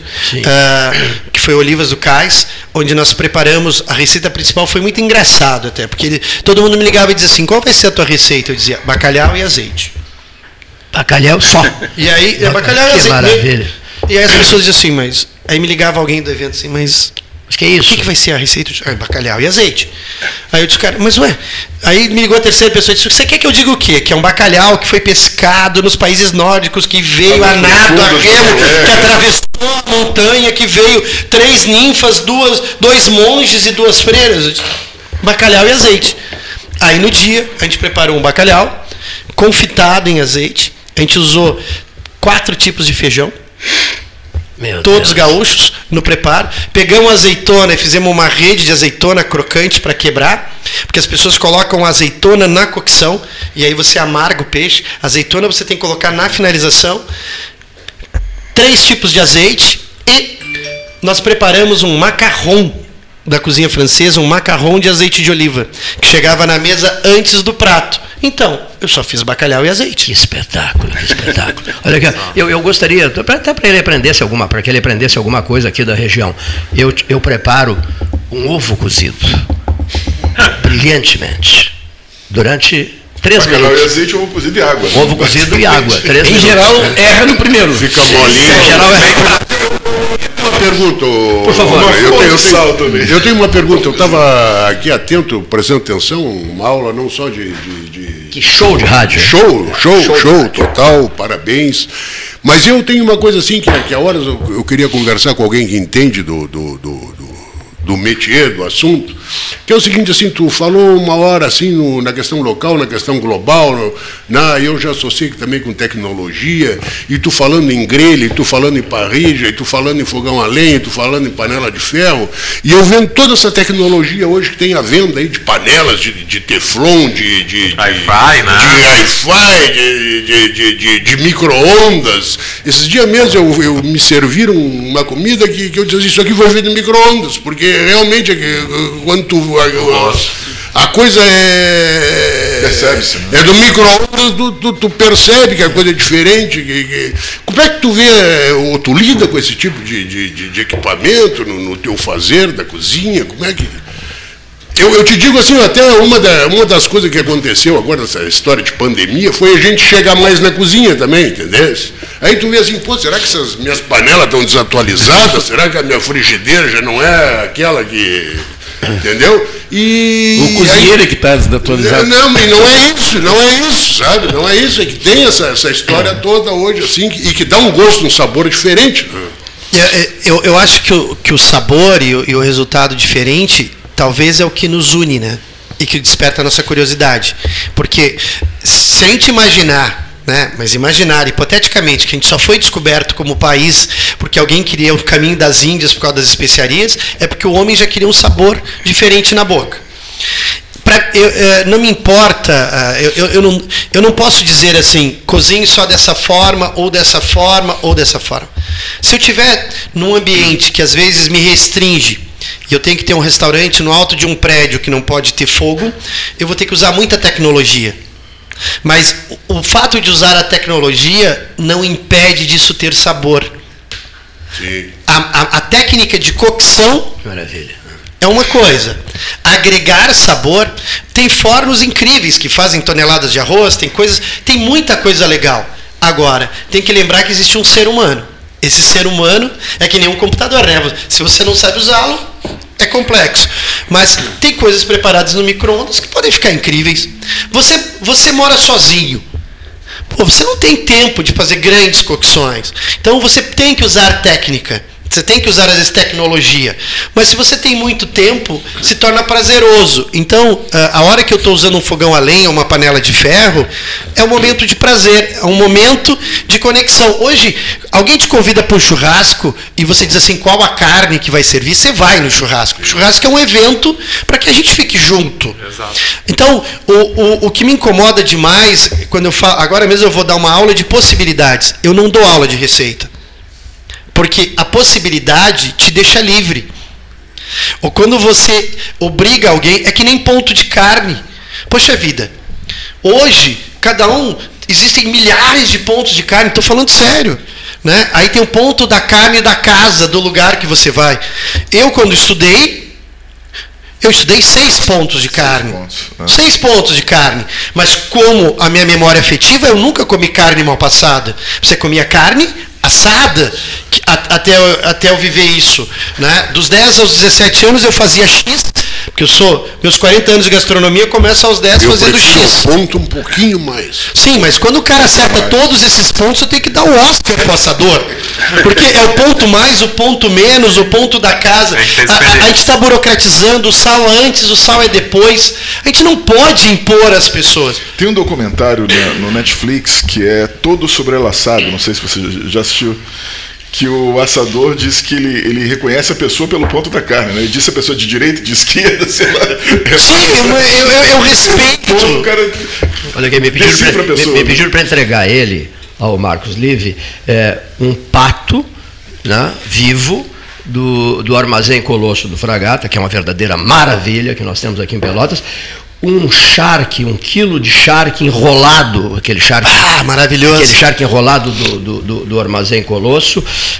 uh, que foi Olivas do Cais, onde nós preparamos, a receita principal foi muito engraçado até, porque ele, todo mundo me ligava e dizia assim, qual vai ser a tua receita? Eu dizia, bacalhau e azeite. Bacalhau só? E aí, é bacalhau e que azeite. Maravilha. E aí as pessoas diziam assim, mas... Aí me ligava alguém do evento assim, mas... Mas que é isso? O que, que vai ser a receita? Eu disse, ah, bacalhau e azeite. Aí eu disse, cara, mas ué... Aí me ligou a terceira pessoa e disse, você quer que eu diga o quê? Que é um bacalhau que foi pescado nos países nórdicos, que veio a nado, a remo, que atravessou a montanha, que veio três ninfas, duas, dois monges e duas freiras. Eu disse, bacalhau e azeite. Aí no dia, a gente preparou um bacalhau, confitado em azeite. A gente usou quatro tipos de feijão. Meu todos Deus. Gaúchos no preparo. Pegamos azeitona e fizemos uma rede de azeitona crocante para quebrar, porque as pessoas colocam azeitona na cocção e aí você amarga o peixe. Azeitona você tem que colocar na finalização. Três tipos de azeite e nós preparamos um macarrão da cozinha francesa, um macarrão de azeite de oliva, que chegava na mesa antes do prato. Então, eu só fiz bacalhau e azeite. Que espetáculo, que espetáculo. Olha aqui, eu, eu gostaria, até para ele aprendesse alguma, para que ele aprendesse alguma coisa aqui da região, eu, eu preparo um ovo cozido, brilhantemente, durante três bacalhau minutos. E azeite, ovo cozido e água. Ovo né? cozido e água. Três em minutos. geral, erra no primeiro. Fica molinho. Em geral, erra. Uma pergunta, por favor. Eu tenho, eu, sal tenho, também. eu tenho uma pergunta. Eu estava aqui atento, prestando atenção, uma aula não só de, de, de... Que show de rádio. Show, show, show, show total, parabéns. Mas eu tenho uma coisa assim, que, que a horas eu, eu queria conversar com alguém que entende do, do, do, do, do métier, do assunto, que é o seguinte, assim, tu falou uma hora assim no, na questão local, na questão global, no, na, eu já associei também com tecnologia, e tu falando em grelha, e tu falando em parrilla, e tu falando em fogão a lenha, e tu falando em panela de ferro, e eu vendo toda essa tecnologia hoje que tem à venda aí de panelas, de, de teflon, de, de, de Hi-Fi, né? de Hi-Fi, de, de, de, de, de micro-ondas. Esses dias mesmo eu, eu me serviram uma comida que, que eu disse, isso aqui foi feito em micro-ondas, porque realmente quando tu a, a coisa é percebe-se, né? É do micro-ondas, tu, tu, tu percebe que a coisa é diferente. Que, que, como é que tu vê, ou tu lida com esse tipo de, de, de, de equipamento no, no teu fazer da cozinha? Como é que... Eu, eu te digo assim, até uma, da, uma das coisas que aconteceu agora nessa história de pandemia foi a gente chegar mais na cozinha também, entendeu? Aí tu vê assim, pô, será que essas minhas panelas estão desatualizadas? Será que a minha frigideira já não é aquela que... Entendeu? E. O cozinheiro aí, é que está desatualizado. Não, mas não é isso, não é isso, sabe? Não é isso, é que tem essa, essa história toda hoje, assim, e que dá um gosto, um sabor diferente. Eu, eu, eu acho que o, que o sabor e o, e o resultado diferente, talvez é o que nos une, né? E que desperta a nossa curiosidade. Porque se a gente imaginar, né, mas imaginar hipoteticamente que a gente só foi descoberto como país porque alguém queria o caminho das Índias por causa das especiarias, é porque o homem já queria um sabor diferente na boca. Pra, eu, eu, não me importa, eu, eu, eu, não, eu não posso dizer assim, cozinhe só dessa forma, ou dessa forma, ou dessa forma. Se eu estiver num ambiente que às vezes me restringe, e eu tenho que ter um restaurante no alto de um prédio que não pode ter fogo, eu vou ter que usar muita tecnologia. Mas o, o fato de usar a tecnologia não impede disso ter sabor. Sim. A, a, a técnica de cocção Maravilha. é uma coisa. Agregar sabor, tem fornos incríveis que fazem toneladas de arroz, tem coisas, tem muita coisa legal. Agora, tem que lembrar que existe um ser humano. Esse ser humano é que nem um computador, né? Se você não sabe usá-lo, é complexo. Mas tem coisas preparadas no micro-ondas que podem ficar incríveis. Você, você mora sozinho. Pô, você não tem tempo de fazer grandes cocções. Então você tem que usar técnica. Você tem que usar, às vezes, tecnologia. Mas se você tem muito tempo, se torna prazeroso. Então, a hora que eu estou usando um fogão a lenha, uma panela de ferro, é um momento de prazer, é um momento de conexão. Hoje, alguém te convida para um churrasco e você diz assim, qual a carne que vai servir? Você vai no churrasco. O churrasco é um evento para que a gente fique junto. Exato. Então, o, o, o que me incomoda demais, quando eu falo, agora mesmo eu vou dar uma aula de possibilidades. Eu não dou aula de receita. Porque a possibilidade te deixa livre. Ou quando você obriga alguém, é que nem ponto de carne. Poxa vida, hoje, cada um, existem milhares de pontos de carne, estou falando sério. Né? Aí tem o ponto da carne da casa, do lugar que você vai. Eu, quando estudei, eu estudei seis pontos de carne. Seis pontos, né? Seis pontos de carne. Mas como a minha memória afetiva, eu nunca comi carne mal passada. Você comia carne assada, que, a, até, eu, até eu viver isso. Né? Dos dez aos dezessete anos eu fazia X, porque eu sou, meus quarenta anos de gastronomia, eu começo aos dez eu fazendo X. Eu ponto um pouquinho mais. Sim, mas quando o cara acerta mais. Todos esses pontos, eu tenho que dar o Oscar pro assador. Porque é o ponto mais, o ponto menos, o ponto da casa. A, a, a gente está burocratizando, o sal antes, o sal é depois. A gente não pode impor às pessoas. Tem um documentário no Netflix que é todo sobre ela assado, não sei se você já assistiu, que o assador diz que ele, ele reconhece a pessoa pelo ponto da carne, né? Ele diz a pessoa de direita, de esquerda, sei lá. Sim, eu, eu, eu, eu respeito. O cara Olha aqui, me pediram para entregar a ele, ao Marcos Live, é, um pato, né, vivo do, do Armazém Colosso do Fragata, que é uma verdadeira maravilha que nós temos aqui em Pelotas. Um charque, um quilo de charque enrolado, aquele charque, ah, maravilhoso. Aquele charque enrolado do, do, do, do Armazém Colosso.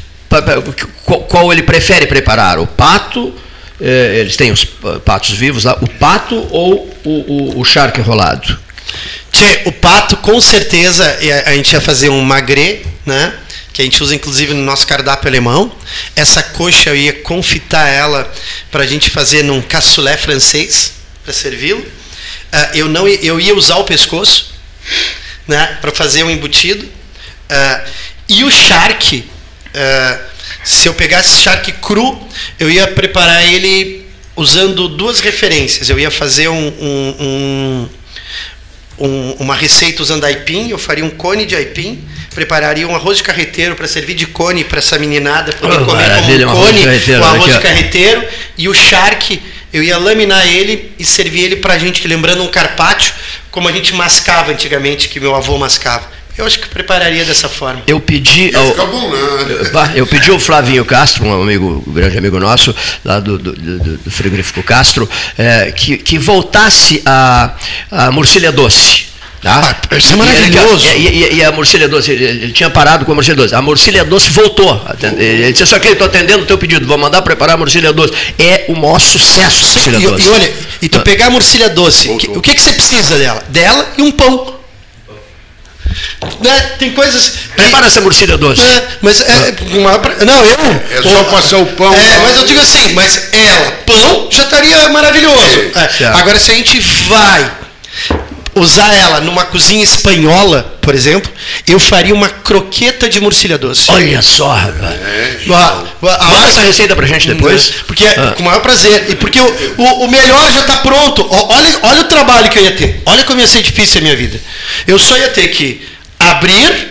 Qual ele prefere preparar? O pato, eh, eles têm os patos vivos lá, o pato ou o, o, o charque enrolado? Tchê, o pato, com certeza, a gente ia fazer um magret, né? Que a gente usa inclusive no nosso cardápio alemão. Essa coxa eu ia confitar ela para a gente fazer num cassoulet francês, para servi-lo. Uh, eu, não, eu ia usar o pescoço, né, para fazer um embutido. Uh, e o charque, uh, se eu pegasse charque cru, eu ia preparar ele usando duas referências. Eu ia fazer um, um, um, um, uma receita usando aipim, eu faria um cone de aipim, prepararia um arroz de carreteiro para servir de cone para essa meninada poder oh, comer como um cone, o arroz de carreteiro, e o charque eu ia laminar ele e servir ele pra gente, lembrando um carpaccio, como a gente mascava antigamente, que meu avô mascava. Eu acho que prepararia dessa forma. Eu pedi ao, bom, né? eu pedi ao Flavinho Castro, um amigo, um grande amigo nosso, lá do, do, do, do frigorífico Castro, é, que, que voltasse a, a morcilha doce. Tá? Ah, isso é maravilhoso. E, e, e a morcilha doce, ele, ele tinha parado com a morcilha doce. A morcilha doce voltou. Ele disse, só que estou atendendo o teu pedido, vou mandar preparar a morcilha doce. É o maior sucesso a morcilha e, doce. E olha, e tu pegar a morcilha doce, que, o que, que você precisa dela? Dela e um pão. Né? Tem coisas. Prepara essa morcilha doce. É, mas é, uma, não, eu. É só passar o pão. É, mas eu digo assim, mas ela, pão, já estaria maravilhoso. É, agora, se a gente vai usar ela numa cozinha espanhola, por exemplo, eu faria uma croqueta de morcilha doce. Olha só, rapaz. É, Manda essa receita pra gente depois. Porque ah. com o maior prazer. E porque o, o, o melhor já está pronto. Olha, olha o trabalho que eu ia ter. Olha como ia ser difícil a minha vida. Eu só ia ter que abrir,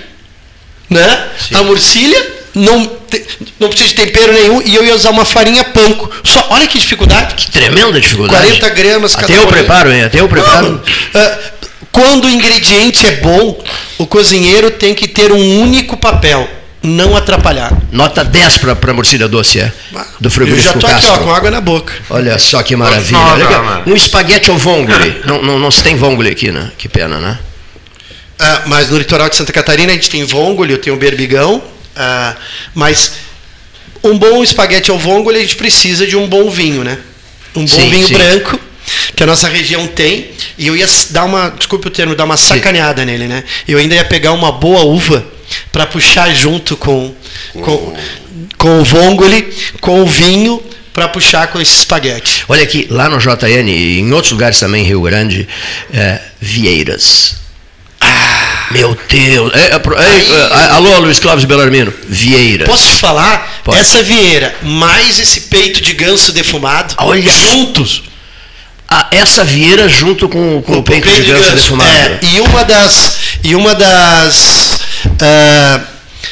né, a morcilha, não, te, não precisa de tempero nenhum, e eu ia usar uma farinha panko. Só, olha que dificuldade. Que tremenda dificuldade. quarenta gramas cada Até eu preparo, hein? Até eu preparo. Uh, quando o ingrediente é bom, o cozinheiro tem que ter um único papel: não atrapalhar. Nota dez para a morcilha doce, é? Do frigorífico Eu já estou aqui, ó, com água na boca. Olha só que maravilha. Olha aqui, um espaguete ao vongole. não, não, não se tem vongole aqui, né? Que pena, né? Uh, mas no litoral de Santa Catarina a gente tem vongole, eu tenho berbigão. Uh, mas um bom espaguete ao vongole, a gente precisa de um bom vinho, né? Um bom sim, vinho sim. branco, que a nossa região tem, e eu ia dar uma, desculpe o termo, dar uma sacaneada sim. nele, né? Eu ainda ia pegar uma boa uva para puxar junto com, com, com o vongole, com o vinho, para puxar com esse espaguete. Olha aqui, lá no J N e em outros lugares também, em Rio Grande, é, vieiras. Ah, meu Deus. É, é, é, alô, Luiz Clóvis Belarmino. Vieiras. Posso te falar? Pode. Essa vieira, mais esse peito de ganso defumado, olha, juntos. Ah, essa vieira junto com, com o, o peito, peito de ganso, de ganso defumado. É, e uma das, e uma das uh,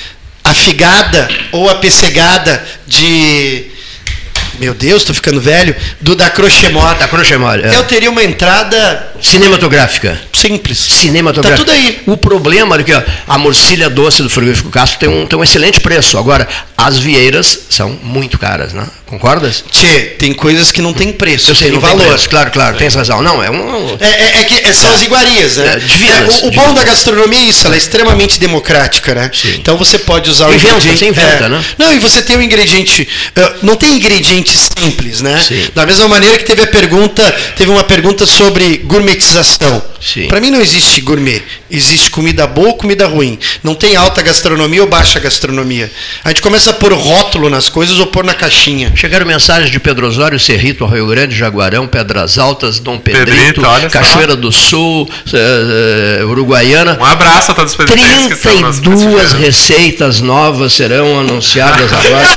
afigada ou apessegada de... Meu Deus, estou ficando velho. Do da Crochemore. Da Crochemore, é. Eu teria uma entrada... Cinematográfica. Simples. Cinematográfica. Tá tudo aí. O problema é que ó, a morcilha doce do frigorífico Castro tem um, tem um excelente preço. Agora, as vieiras são muito caras, né? Concordas? Tchê, tem coisas que não tem preço. Eu sei, tem não valor. Tem preço. Claro, claro, tem razão. Não, é um... É, é, é que são é. as iguarias, né? É, divinas, é, o, o bom da gastronomia é isso, ela é extremamente democrática, né? Sim. Então você pode usar o inventa, ingrediente... Você inventa, é, né? Não, e você tem um ingrediente... Uh, não tem ingrediente simples, né? Sim. Da mesma maneira que teve a pergunta, teve uma pergunta sobre gourmetização. Para mim não existe gourmet. Existe comida boa ou comida ruim. Não tem alta gastronomia ou baixa gastronomia. A gente começa a pôr rótulo nas coisas ou pôr na caixinha. Chegaram mensagens de Pedro Osório, Cerrito, Rio Grande, Jaguarão, Pedras Altas, Dom Pedrito, Pedrito Cachoeira do Sul, uh, uh, Uruguaiana. Um abraço a todos os pedritos que estão nas trinta e duas receitas novas serão anunciadas agora.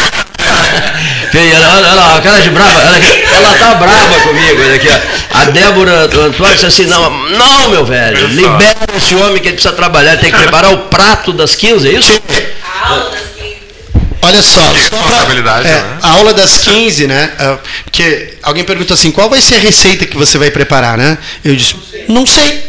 Ela, ela, ela, cara de brava, ela, ela tá brava comigo. Olha aqui, ó. A Débora Antônio disse assim: não, não, meu velho, libera esse homem que ele precisa trabalhar, ele tem que preparar o prato das quinze, é isso? A aula das quinze. Olha só, só pra, é, né? a aula das quinze, né? Porque alguém pergunta assim: qual vai ser a receita que você vai preparar, né? Eu disse: não sei.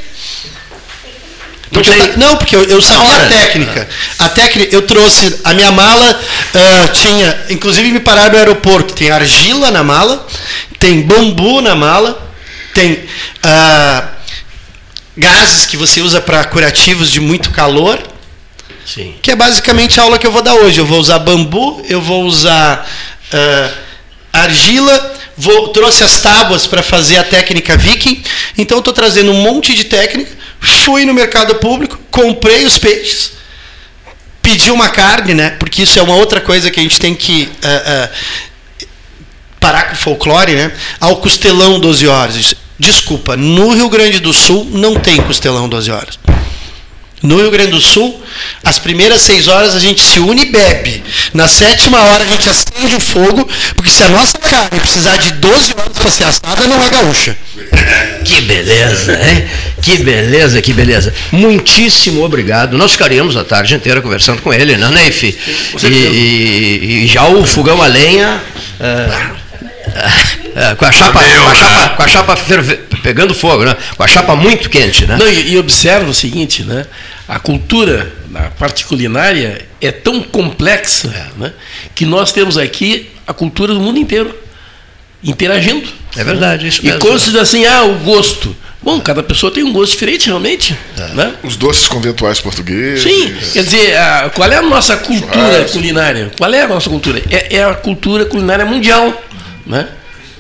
Porque eu, não, porque eu, eu sabia a técnica. A técnica, eu trouxe, a minha mala uh, tinha, inclusive me pararam no aeroporto, tem argila na mala, tem bambu na mala, tem uh, gases que você usa para curativos de muito calor, sim. Que é basicamente a aula que eu vou dar hoje. Eu vou usar bambu, eu vou usar uh, argila, vou, trouxe as tábuas para fazer a técnica viking, então eu estou trazendo um monte de técnica. Fui no mercado público, comprei os peixes, pedi uma carne, né? Porque isso é uma outra coisa que a gente tem que uh, uh, parar com o folclore, né? Ao costelão doze horas. Desculpa, no Rio Grande do Sul não tem costelão doze horas. No Rio Grande do Sul, as primeiras seis horas a gente se une e bebe. Na sétima hora a gente acende o fogo, porque se a nossa carne precisar de doze horas para ser assada, não é gaúcha. Que beleza, hein? Que beleza, que beleza. Muitíssimo obrigado. Nós ficaríamos a tarde inteira conversando com ele, né, Neif? E, e, e já o fogão a lenha... Uh, É, com a chapa, com a chapa, com a chapa ferve, pegando fogo, né? Com a chapa muito quente, né? Não, e, e observa o seguinte, né? A cultura, na parte culinária, é tão complexa, é. Né? Que nós temos aqui a cultura do mundo inteiro interagindo. É verdade, isso mesmo. E quando se diz assim, ah, o gosto. Bom, cada pessoa tem um gosto diferente, realmente. É. Né? Os doces conventuais portugueses. Sim, quer dizer, a, qual é a nossa cultura culinária? Qual é a nossa cultura? É, é a cultura culinária mundial, né?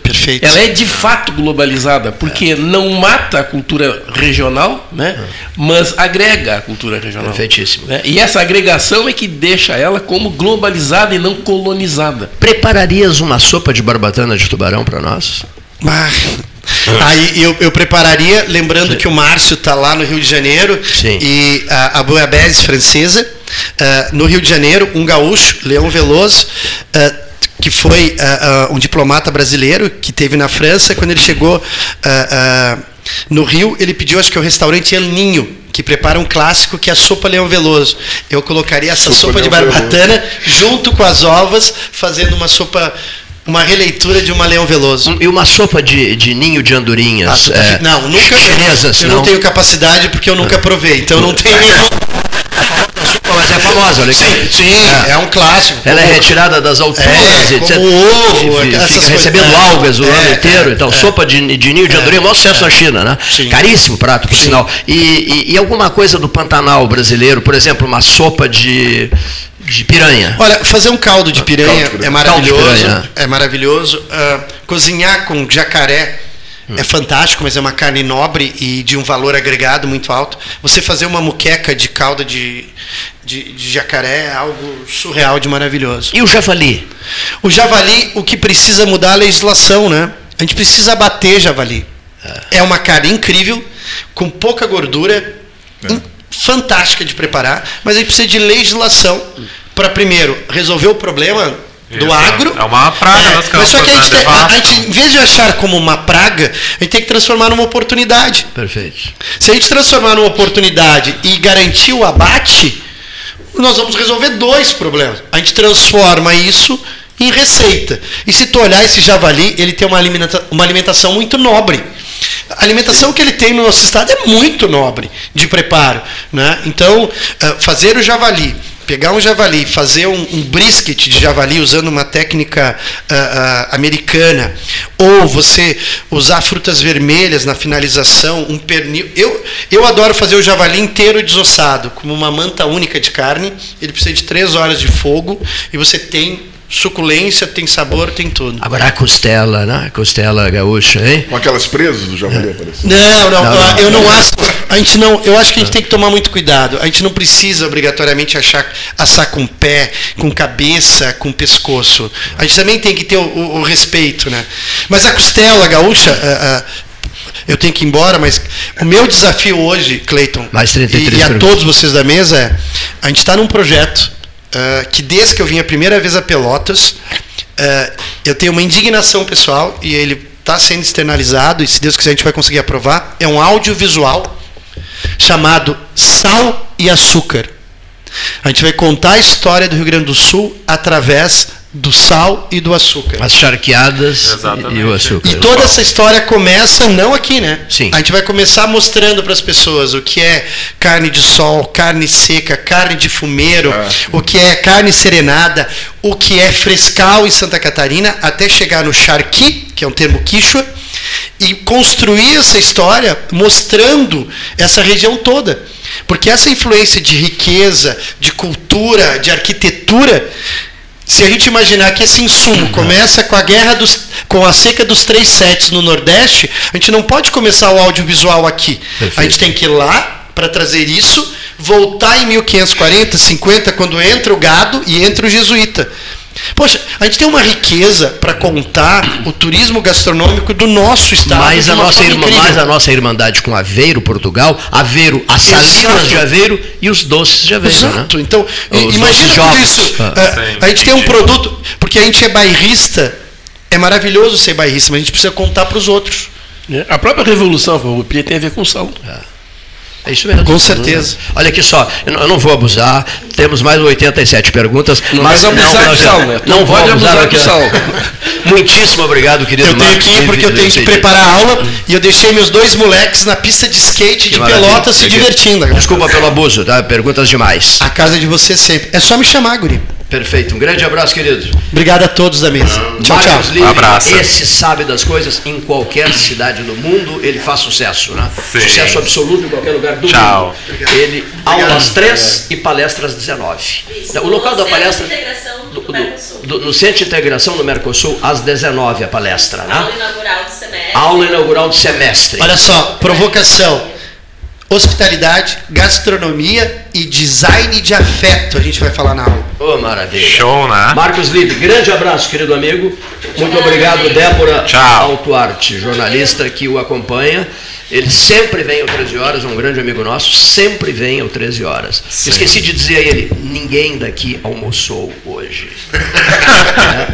Perfeito. Ela é de fato globalizada, porque é. não mata a cultura regional, né? É. mas agrega a cultura regional. Perfeitíssimo. Né? E essa agregação é que deixa ela como globalizada e não colonizada. Prepararias uma sopa de barbatana de tubarão para nós? Ah, aí eu, eu prepararia, lembrando Sim. que o Márcio está lá no Rio de Janeiro. Sim. E a, a Bouillabaisse francesa, uh, no Rio de Janeiro, um gaúcho, Leão Veloso, uh, que foi uh, uh, um diplomata brasileiro que teve na França. Quando ele chegou uh, uh, no Rio, ele pediu, acho que é o restaurante El Ninho, que prepara um clássico que é a sopa Leão Veloso. Eu colocaria essa sopa, sopa de barbatana junto com as ovas, fazendo uma sopa, uma releitura de uma Leão Veloso. E uma sopa de, de ninho de andorinhas? Ah, é, não, nunca. Chinesas, eu não? não tenho capacidade porque eu nunca provei, então não tenho nenhum. Mas é famosa, olha aqui. Sim, sim é. é um clássico. Ela é retirada das alturas, é, etcétera. Como ovo, e, essas fica coisas. recebendo é, algas o é, ano inteiro. É, então, é, sopa de, de ninho de é, andorinha é o maior sucesso é, na China, né? Sim. Caríssimo prato, por sim. sinal. E, e, e alguma coisa do Pantanal brasileiro, por exemplo, uma sopa de, de piranha. Olha, fazer um caldo de piranha, caldo de piranha. é maravilhoso. Piranha. É maravilhoso. Uh, cozinhar com jacaré hum. é fantástico, mas é uma carne nobre e de um valor agregado muito alto. Você fazer uma muqueca de calda de De, de jacaré é algo surreal de maravilhoso. E o javali? O javali, o que precisa mudar é a legislação, né? A gente precisa abater javali. É, é uma carne incrível, com pouca gordura, é. in, fantástica de preparar, mas a gente precisa de legislação para, primeiro, resolver o problema do Isso, agro. É uma praga é, nas mas só que a gente, tem, a, a gente, em vez de achar como uma praga, a gente tem que transformar numa oportunidade. Perfeito. Se a gente transformar numa oportunidade e garantir o abate, nós vamos resolver dois problemas. A gente transforma isso em receita. E se tu olhar esse javali, ele tem uma alimentação, uma alimentação muito nobre. A alimentação que ele tem no nosso estado é muito nobre de preparo, né? Então, fazer o javali, pegar um javali, fazer um, um brisket de javali usando uma técnica uh, uh, americana, ou você usar frutas vermelhas na finalização, um pernil. Eu, eu adoro fazer o javali inteiro desossado, como uma manta única de carne. Ele precisa de três horas de fogo e você tem suculência, tem sabor, tem tudo. Agora a costela, né? A costela gaúcha, hein? Com aquelas presas do javali, parece. Não, não, não, não, eu não acho. A gente não, eu acho que a gente tem que tomar muito cuidado. A gente não precisa obrigatoriamente achar, assar com pé, com cabeça, com pescoço. A gente também tem que ter o, o, o respeito, né? Mas a costela gaúcha, uh, uh, eu tenho que ir embora, mas o meu desafio hoje, Cleiton, Mais trinta e três e, e a perguntas. todos vocês da mesa é, a gente está num projeto Uh, que desde que eu vim a primeira vez a Pelotas, uh, eu tenho uma indignação pessoal, e ele está sendo externalizado, e se Deus quiser a gente vai conseguir aprovar, é um audiovisual chamado Sal e Açúcar. A gente vai contar a história do Rio Grande do Sul através do sal e do açúcar. As charqueadas e, e o açúcar. E toda essa história começa, não aqui, né? Sim. A gente vai começar mostrando para as pessoas o que é carne de sol, carne seca, carne de fumeiro, ah. o que é carne serenada, o que é frescal em Santa Catarina, até chegar no charqui, que é um termo quichua, e construir essa história mostrando essa região toda. Porque essa influência de riqueza, de cultura, de arquitetura, se a gente imaginar que esse insumo começa com a guerra dos, com a seca dos três setes no Nordeste, a gente não pode começar o audiovisual aqui. Perfeito. A gente tem que ir lá para trazer isso, voltar em mil quinhentos e quarenta, cinquenta, quando entra o gado e entra o jesuíta. Poxa, a gente tem uma riqueza para contar o turismo gastronômico do nosso estado. Mais a, nossa irmã, mais a nossa irmandade com Aveiro, Portugal, Aveiro, as salinas de Aveiro e os doces de Aveiro. Exato. Né? Então, os imagina tudo isso. Ah. A, a gente tem um produto, porque a gente é bairrista, é maravilhoso ser bairrista, mas a gente precisa contar para os outros. A própria Revolução Farroupilha tem a ver com sal. É. É isso mesmo. Com certeza. Olha aqui só, eu não vou abusar, temos mais oitenta e sete perguntas. Não mas vai abusar não, do sal, né? Não, não vou abusar, abusar do sal. Muitíssimo obrigado, querido. Eu tenho Marcos, que ir porque eu tenho que preparar a aula e eu deixei meus dois moleques na pista de skate de Pelotas se divertindo. Desculpa pelo abuso, tá? Perguntas demais. A casa de você sempre. É só me chamar, guri. Perfeito. Um grande abraço, querido. Obrigado a todos da mesa. Um, tchau, tchau. Livre, um abraço. Esse sabe das coisas em qualquer cidade do mundo, ele faz sucesso, né? Sim. Sucesso absoluto em qualquer lugar do tchau. mundo. Ele, aulas três e palestras dezenove. O local da palestra... do, do, do, no Centro de Integração do Mercosul, às dezenove, a palestra, né? Aula inaugural do semestre. Aula inaugural do semestre. Olha só, provocação. Hospitalidade, gastronomia e design de afeto, a gente vai falar na aula. Ô, maravilha. Show, né? Marcos Live, grande abraço, querido amigo. Muito obrigado, Débora Tchau. Altuarte, jornalista que o acompanha. Ele sempre vem ao treze horas, um grande amigo nosso, sempre vem ao treze horas. Esqueci de dizer a ele, ninguém daqui almoçou hoje. É.